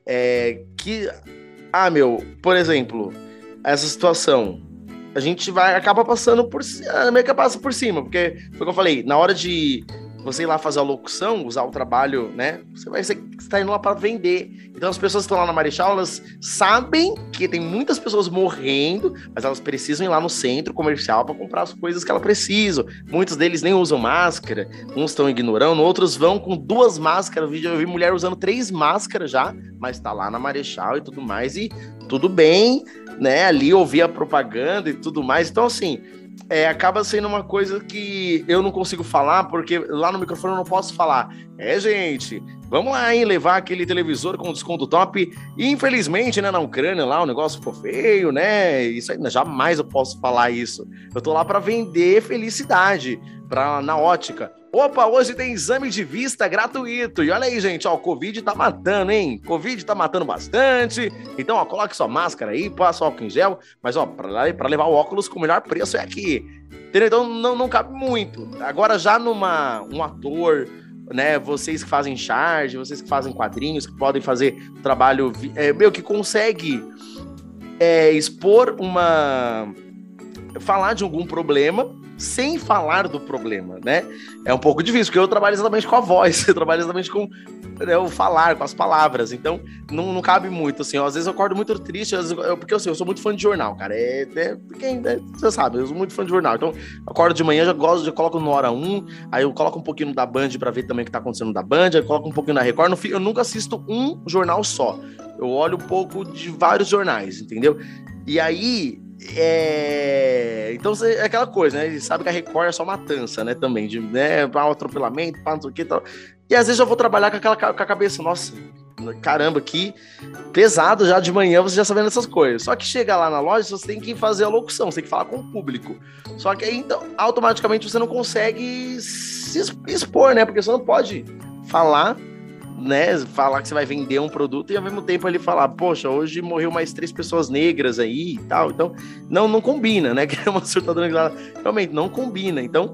Por exemplo... essa situação, a gente acaba passando meio que passa por cima, porque foi o que eu falei, na hora de você ir lá fazer a locução, usar o trabalho, né, você tá indo lá para vender, então as pessoas que estão lá na Marechal, elas sabem que tem muitas pessoas morrendo, mas elas precisam ir lá no centro comercial para comprar as coisas que elas precisam, muitos deles nem usam máscara, uns estão ignorando, outros vão com 2 máscaras, eu vi mulher usando 3 máscaras já, mas tá lá na Marechal e tudo mais, e tudo bem, né, ali ouvir a propaganda e tudo mais, então assim, acaba sendo uma coisa que eu não consigo falar, porque lá no microfone eu não posso falar, gente, vamos lá, hein, levar aquele televisor com desconto top, e infelizmente, né, na Ucrânia lá o negócio ficou feio, né, isso aí, jamais eu posso falar isso, eu tô lá para vender felicidade, na ótica, Opa, hoje tem exame de vista gratuito. E olha aí, gente, ó, o Covid tá matando, hein? Covid tá matando bastante. Então, ó, coloque sua máscara aí, passa o álcool em gel. Mas, ó, pra levar o óculos com o melhor preço é aqui. Entendeu? Então, não cabe muito. Agora, já um ator, né, vocês que fazem charge, vocês que fazem quadrinhos, que podem fazer trabalho, que consegue expor falar de algum problema, sem falar do problema, né? É um pouco difícil, porque eu trabalho exatamente com a voz, eu trabalho exatamente com o falar, com as palavras, então não cabe muito, assim, ó, às vezes eu acordo muito triste, porque assim, eu sou muito fã de jornal, cara, você sabe, eu sou muito fã de jornal, então eu acordo de manhã, já coloco no Hora 1, aí eu coloco um pouquinho da Band pra ver também o que tá acontecendo da Band, aí eu coloco um pouquinho na Record, eu nunca assisto um jornal só, eu olho um pouco de vários jornais, entendeu? E aí, então é aquela coisa, né? Ele sabe que a Record é só matança, né? Também, para um atropelamento, para não sei o que e tal. E às vezes eu vou trabalhar com a cabeça, nossa, caramba, que pesado já de manhã você já sabendo essas coisas. Só que chega lá na loja, você tem que fazer a locução, você tem que falar com o público. Só que aí, então, automaticamente você não consegue se expor, né? Porque você não pode falar, né, falar que você vai vender um produto e ao mesmo tempo ele falar, poxa, hoje morreu mais 3 pessoas negras aí e tal, então não combina, né, que é uma surtadora, realmente não combina, então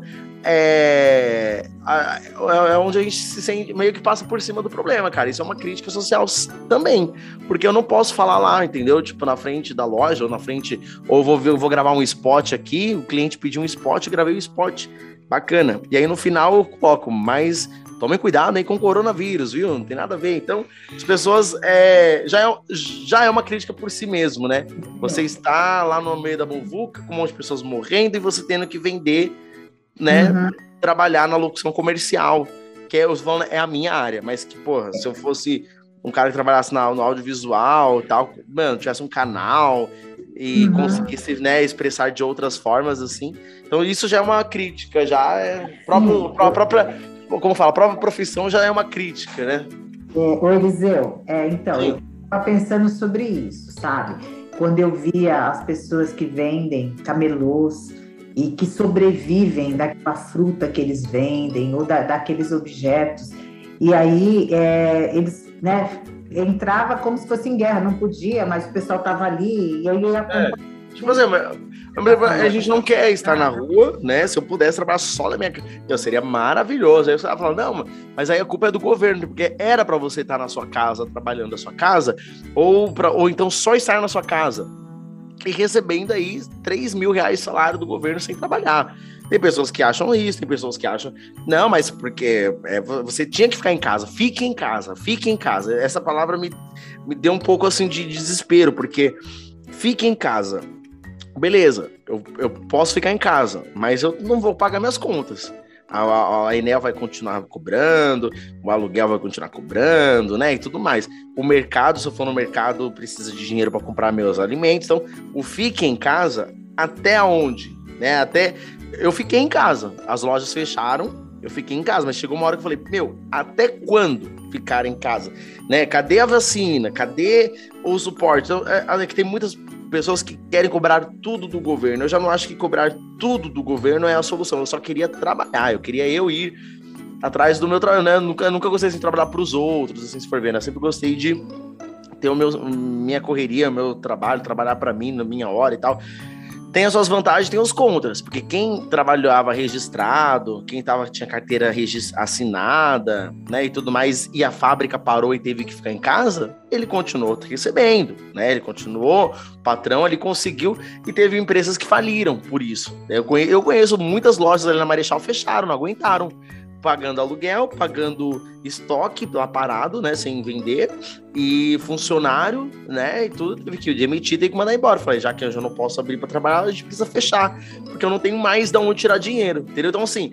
é onde a gente se sente, meio que passa por cima do problema, cara, isso é uma crítica social também, porque eu não posso falar lá, entendeu, tipo, na frente da loja, ou na frente, ou vou gravar um spot aqui, o cliente pediu um spot, eu gravei o spot, bacana, e aí no final eu coloco, mas tomem cuidado aí com o coronavírus, viu? Não tem nada a ver. Então, as pessoas... já é uma crítica por si mesmo, né? Você está lá no meio da muvuca, com um monte de pessoas morrendo e você tendo que vender, né? Uhum. Trabalhar na locução comercial, que é a minha área. Mas que, porra, se eu fosse um cara que trabalhasse no audiovisual e tal, mano, tivesse um canal e conseguisse, né, expressar de outras formas, assim. Então, isso já é uma crítica, já é a própria... Como fala, a própria profissão já é uma crítica, né? Ô, Eliseu, então, eu estava pensando sobre isso, sabe? Quando eu via as pessoas que vendem camelôs e que sobrevivem daquela fruta que eles vendem ou daqueles objetos, e aí eles, né, entrava como se fosse em guerra, não podia, mas o pessoal estava ali, e aí eu ia... Tipo assim, a gente não quer estar na rua, né? Se eu pudesse trabalhar só na minha casa, seria maravilhoso. Aí você vai falar, não, mas aí a culpa é do governo, porque era para você estar na sua casa, trabalhando na sua casa, ou então só estar na sua casa e recebendo aí 3 mil reais de salário do governo sem trabalhar. Tem pessoas que acham isso, tem pessoas que acham, não, mas porque você tinha que ficar em casa, fique em casa, fique em casa. Essa palavra me deu um pouco assim de desespero, porque fique em casa. Beleza, eu posso ficar em casa, mas eu não vou pagar minhas contas. A Enel vai continuar cobrando, o aluguel vai continuar cobrando, né, e tudo mais. O mercado, se eu for no mercado, precisa de dinheiro para comprar meus alimentos. Então, o fique em casa, até onde? Né? Até eu fiquei em casa, as lojas fecharam, eu fiquei em casa, mas chegou uma hora que eu falei, até quando ficar em casa? Né? Cadê a vacina? Cadê o suporte? Então, que tem muitas pessoas que querem cobrar tudo do governo. Eu já não acho que cobrar tudo do governo é a solução. Eu só queria trabalhar, eu queria ir atrás do meu trabalho, né? Nunca gostei de trabalhar para os outros, assim, se for ver, né? Eu sempre gostei de ter minha correria, meu trabalho, trabalhar para mim, na minha hora e tal. Tem as suas vantagens, tem os contras, porque quem trabalhava registrado, quem tinha carteira assinada, né, e tudo mais, e a fábrica parou e teve que ficar em casa, ele continuou recebendo, né, ele continuou, o patrão, ele conseguiu, e teve empresas que faliram por isso. Eu conheço muitas lojas ali na Marechal, fecharam, não aguentaram, pagando aluguel, pagando estoque lá parado, né, sem vender, e funcionário, né, e tudo, teve que demitir, tem que mandar embora. Falei, já que eu já não posso abrir para trabalhar, a gente precisa fechar, porque eu não tenho mais de onde tirar dinheiro, entendeu? Então, assim,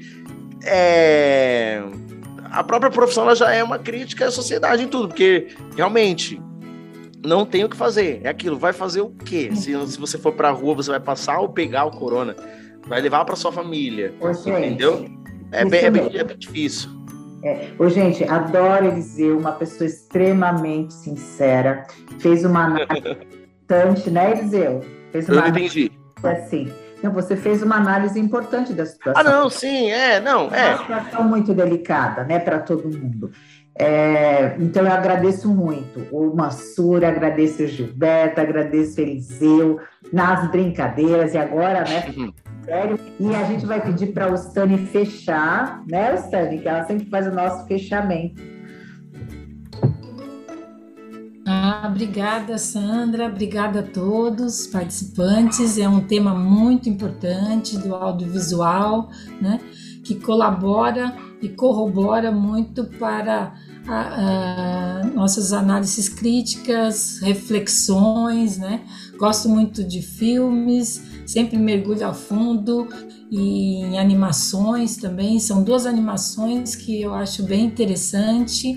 a própria profissão ela já é uma crítica à sociedade em tudo, porque realmente não tem o que fazer, é aquilo, vai fazer o quê? Se você for pra rua, você vai passar ou pegar o corona, vai levar para sua família, entendeu? É bem difícil. Ô, gente, adoro Eliseu, uma pessoa extremamente sincera. Fez uma análise importante, né, Eliseu? Eu entendi. Assim, Então, você fez uma análise importante da situação. Não, sim, é uma situação muito delicada, né, para todo mundo. Então, eu agradeço muito o Mansur, agradeço o Gilberto, agradeço o Eliseu, nas brincadeiras, e agora, né, sério. E a gente vai pedir para o Stani fechar, né, Stani, que ela sempre faz o nosso fechamento. Obrigada, Sandra, obrigada a todos os participantes. É um tema muito importante do audiovisual, né, que colabora e corrobora muito para nossas análises críticas, reflexões, né? Gosto muito de filmes, sempre mergulho a fundo, e em animações também. São 2 animações que eu acho bem interessante,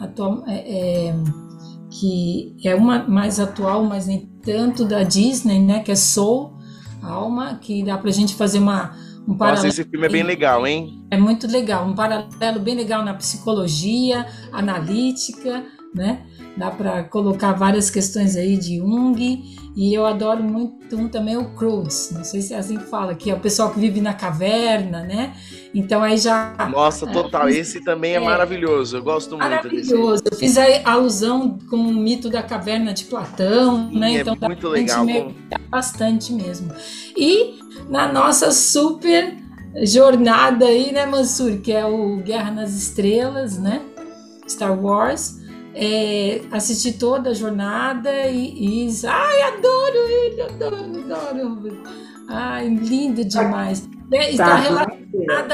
que é uma mais atual, mas nem tanto, da Disney, né? Que é Soul, Alma, que dá pra gente fazer um paralelo. Nossa, esse filme é bem legal, hein? É muito legal, um paralelo bem legal na psicologia, analítica, né? Dá para colocar várias questões aí de Jung, e eu adoro muito também o Croods, não sei se é assim que fala, que é o pessoal que vive na caverna, né? Então aí já... Nossa, total, esse também é maravilhoso, eu gosto muito desse. Maravilhoso, eu fiz a alusão com o mito da caverna de Platão, sim, né? Então muito legal. Bastante mesmo. E na nossa super jornada aí, né, Mansur, que é o Guerra nas Estrelas, né? Star Wars. Assisti toda a jornada e adoro ele, adoro. Ai, lindo demais. Está relacionada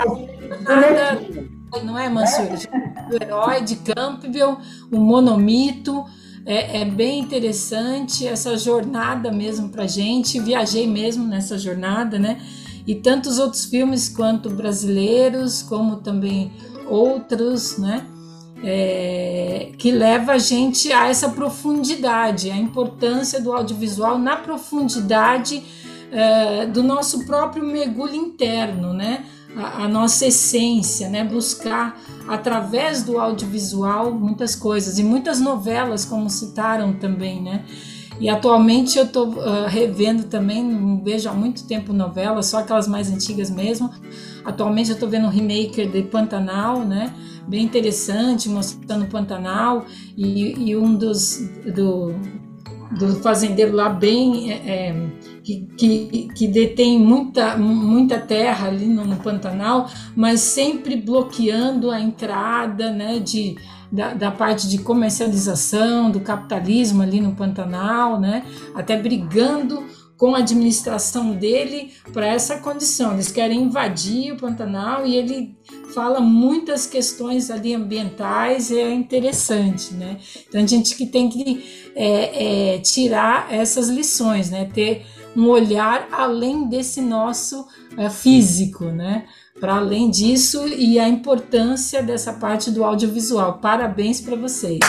não é, Mansur? O herói de Campbell, o monomito. É bem interessante essa jornada mesmo pra gente. Viajei mesmo nessa jornada, né? E tantos outros filmes quanto brasileiros, como também outros, né? Que leva a gente a essa profundidade, a importância do audiovisual na profundidade do nosso próprio mergulho interno, né? A nossa essência, né? Buscar através do audiovisual muitas coisas, e muitas novelas, como citaram também, né? E atualmente eu estou revendo também, não vejo há muito tempo novelas, só aquelas mais antigas mesmo. Atualmente eu estou vendo um remake de Pantanal, né? Bem interessante, mostrando o Pantanal, e um do fazendeiro lá bem que detém muita terra ali no Pantanal, mas sempre bloqueando a entrada, né, da parte de comercialização, do capitalismo ali no Pantanal, né, até brigando com a administração dele para essa condição. Eles querem invadir o Pantanal, e ele fala muitas questões ali ambientais, é interessante, né? Então a gente que tem que tirar essas lições, né? Ter um olhar além desse nosso físico, né? Para além disso, e a importância dessa parte do audiovisual. Parabéns para vocês.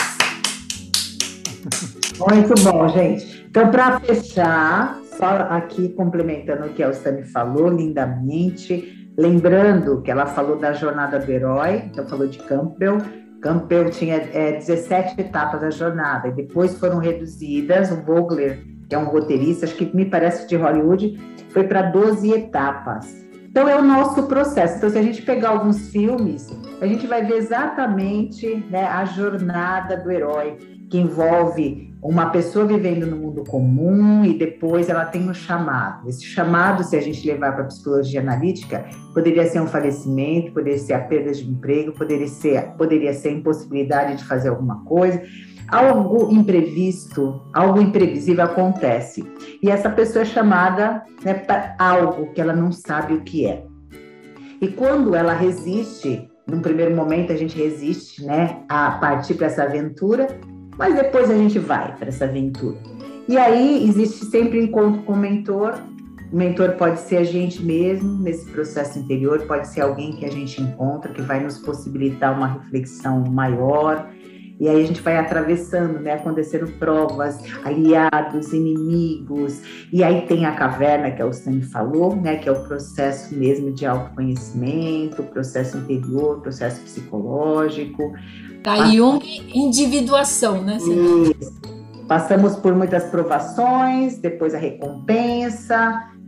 Muito bom, gente. Então, para fechar, só aqui complementando o que a Stani falou lindamente, lembrando que ela falou da jornada do herói, então falou de Campbell. Campbell tinha 17 etapas da jornada, e depois foram reduzidas. O Vogler, que é um roteirista, acho que me parece de Hollywood, foi para 12 etapas. Então, é o nosso processo. Então, se a gente pegar alguns filmes, a gente vai ver exatamente, né, a jornada do herói, que envolve uma pessoa vivendo no mundo comum, e depois ela tem um chamado. Esse chamado, se a gente levar para a psicologia analítica, poderia ser um falecimento, poderia ser a perda de emprego, poderia ser a impossibilidade de fazer alguma coisa. Algo imprevisto, algo imprevisível acontece. E essa pessoa é chamada, né, para algo que ela não sabe o que é. E quando ela resiste, num primeiro momento a gente resiste, né, a partir para essa aventura, mas depois a gente vai para essa aventura. E aí existe sempre um encontro com o mentor. O mentor pode ser a gente mesmo, nesse processo interior, pode ser alguém que a gente encontra, que vai nos possibilitar uma reflexão maior. E aí a gente vai atravessando, né, acontecendo provas, aliados, inimigos. E aí tem a caverna, que o Stani falou, né, que é o processo mesmo de autoconhecimento, processo interior, processo psicológico. Da Jung, individuação, né? Isso. Passamos por muitas provações, depois a recompensa,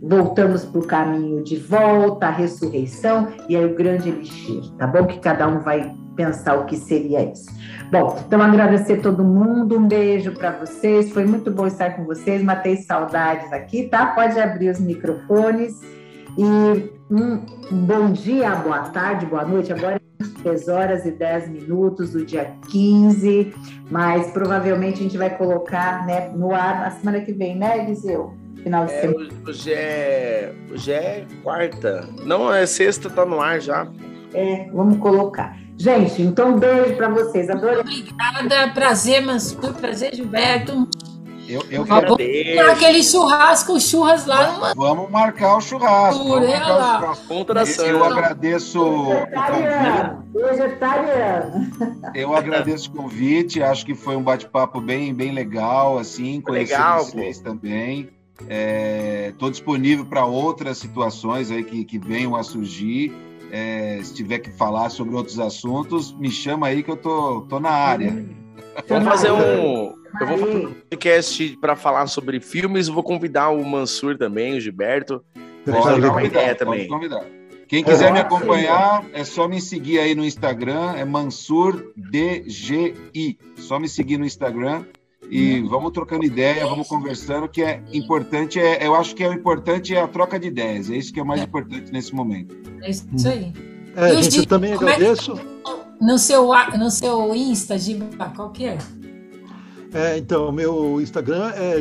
voltamos para o caminho de volta, a ressurreição e aí o grande elixir, tá bom? Que cada um vai pensar o que seria isso. Bom, então agradecer todo mundo, um beijo para vocês, foi muito bom estar com vocês, matei saudades aqui, tá? Pode abrir os microfones e um bom dia, boa tarde, boa noite, agora é 23 horas e 10 minutos do dia 15, mas provavelmente a gente vai colocar, né, no ar na semana que vem, né, Eliseu? Final de semana. Hoje é quarta, não, é sexta, tá no ar já. Vamos colocar. Gente, então um beijo para vocês. Adorei. Obrigada. Prazer, Mansur. Prazer, Gilberto. Eu agradeço. Aquele churras lá. Vamos marcar o churrasco. Eu agradeço o convite. Vegetariano. Eu agradeço o convite. Acho que foi um bate-papo bem legal, assim. Conhecer vocês também. Estou disponível para outras situações aí que venham a surgir. Se tiver que falar sobre outros assuntos, me chama aí que eu tô na área. Vamos fazer eu vou fazer um podcast para falar sobre filmes. Eu vou convidar o Mansur também, o Gilberto. Pode convidar. Quem quiser me acompanhar, é só me seguir aí no Instagram, é MansurDGI. Só me seguir no Instagram e vamos trocando ideia, vamos conversando, que é importante, eu acho que o importante é a troca de ideias, é isso que é o mais importante nesse momento. É isso aí. Gente, eu também agradeço. No seu Insta, Giba, qual que é? Então, o meu Instagram é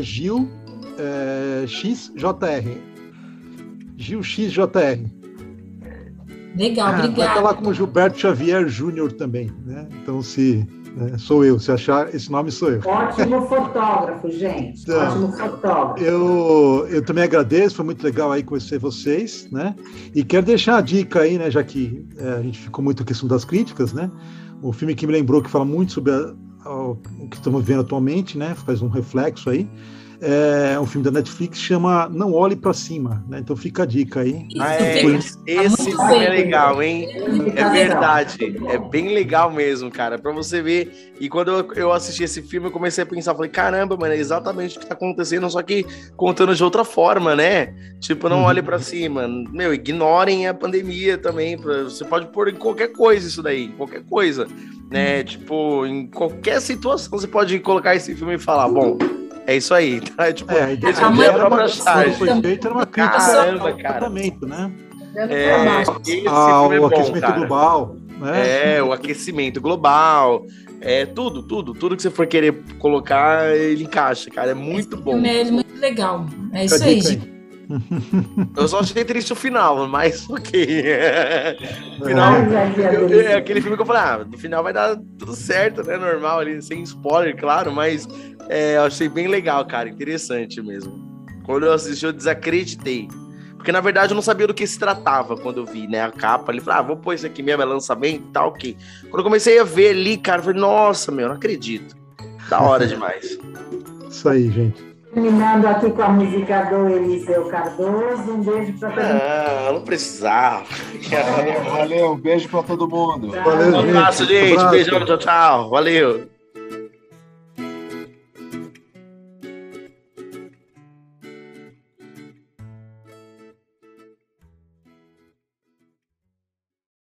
GilXJR. GilXJR. Legal, obrigado. Vai estar lá como Gilberto Xavier Júnior também, né? Então, sou eu, se achar, esse nome sou eu. Ótimo fotógrafo, gente. Então, ótimo fotógrafo. Eu também agradeço, foi muito legal aí conhecer vocês, né? E quero deixar a dica aí, né? Já que a gente ficou muito na questão das críticas, né? O filme que me lembrou, que fala muito sobre o que estamos vivendo atualmente, né? Faz um reflexo aí. É um filme da Netflix, chama Não Olhe Pra Cima, né? Então fica a dica aí. Esse filme é legal, hein? É verdade, é bem legal mesmo, cara, pra você ver. E quando eu assisti esse filme, eu comecei a pensar, falei, caramba, mano, é exatamente o que tá acontecendo, só que contando de outra forma, né? Tipo, não olhe pra cima. Meu, ignorem a pandemia também. Você pode pôr em qualquer coisa isso daí, qualquer coisa, né? Tipo, em qualquer situação você pode colocar esse filme e falar, bom... É isso aí, tá? Tipo, esse filme é a própria charge. Foi feito, era uma crítica ao tratamento, né? Esse filme é bom, aquecimento cara. Global, né? O aquecimento global, tudo que você for querer colocar, ele encaixa, cara, é muito bom. É muito legal, é isso aí, gente. Eu só achei triste o final, mas ok. O final, é aquele filme que eu falei, no final vai dar tudo certo, né? Normal ali, sem spoiler, claro, mas eu achei bem legal, cara, interessante mesmo. Quando eu assisti, eu desacreditei. Porque, na verdade, eu não sabia do que se tratava quando eu vi, né, a capa ali. Falei, vou pôr isso aqui mesmo, é lançamento e tal, ok. Quando eu comecei a ver ali, cara, eu falei, nossa, meu, não acredito. Da hora demais. Isso aí, gente. Terminando aqui com a música do Eliseu Cardoso, um beijo para todo mundo. Não precisava. Valeu, um beijo para todo mundo. Valeu, Um abraço, gente. Beijão, tchau. Valeu.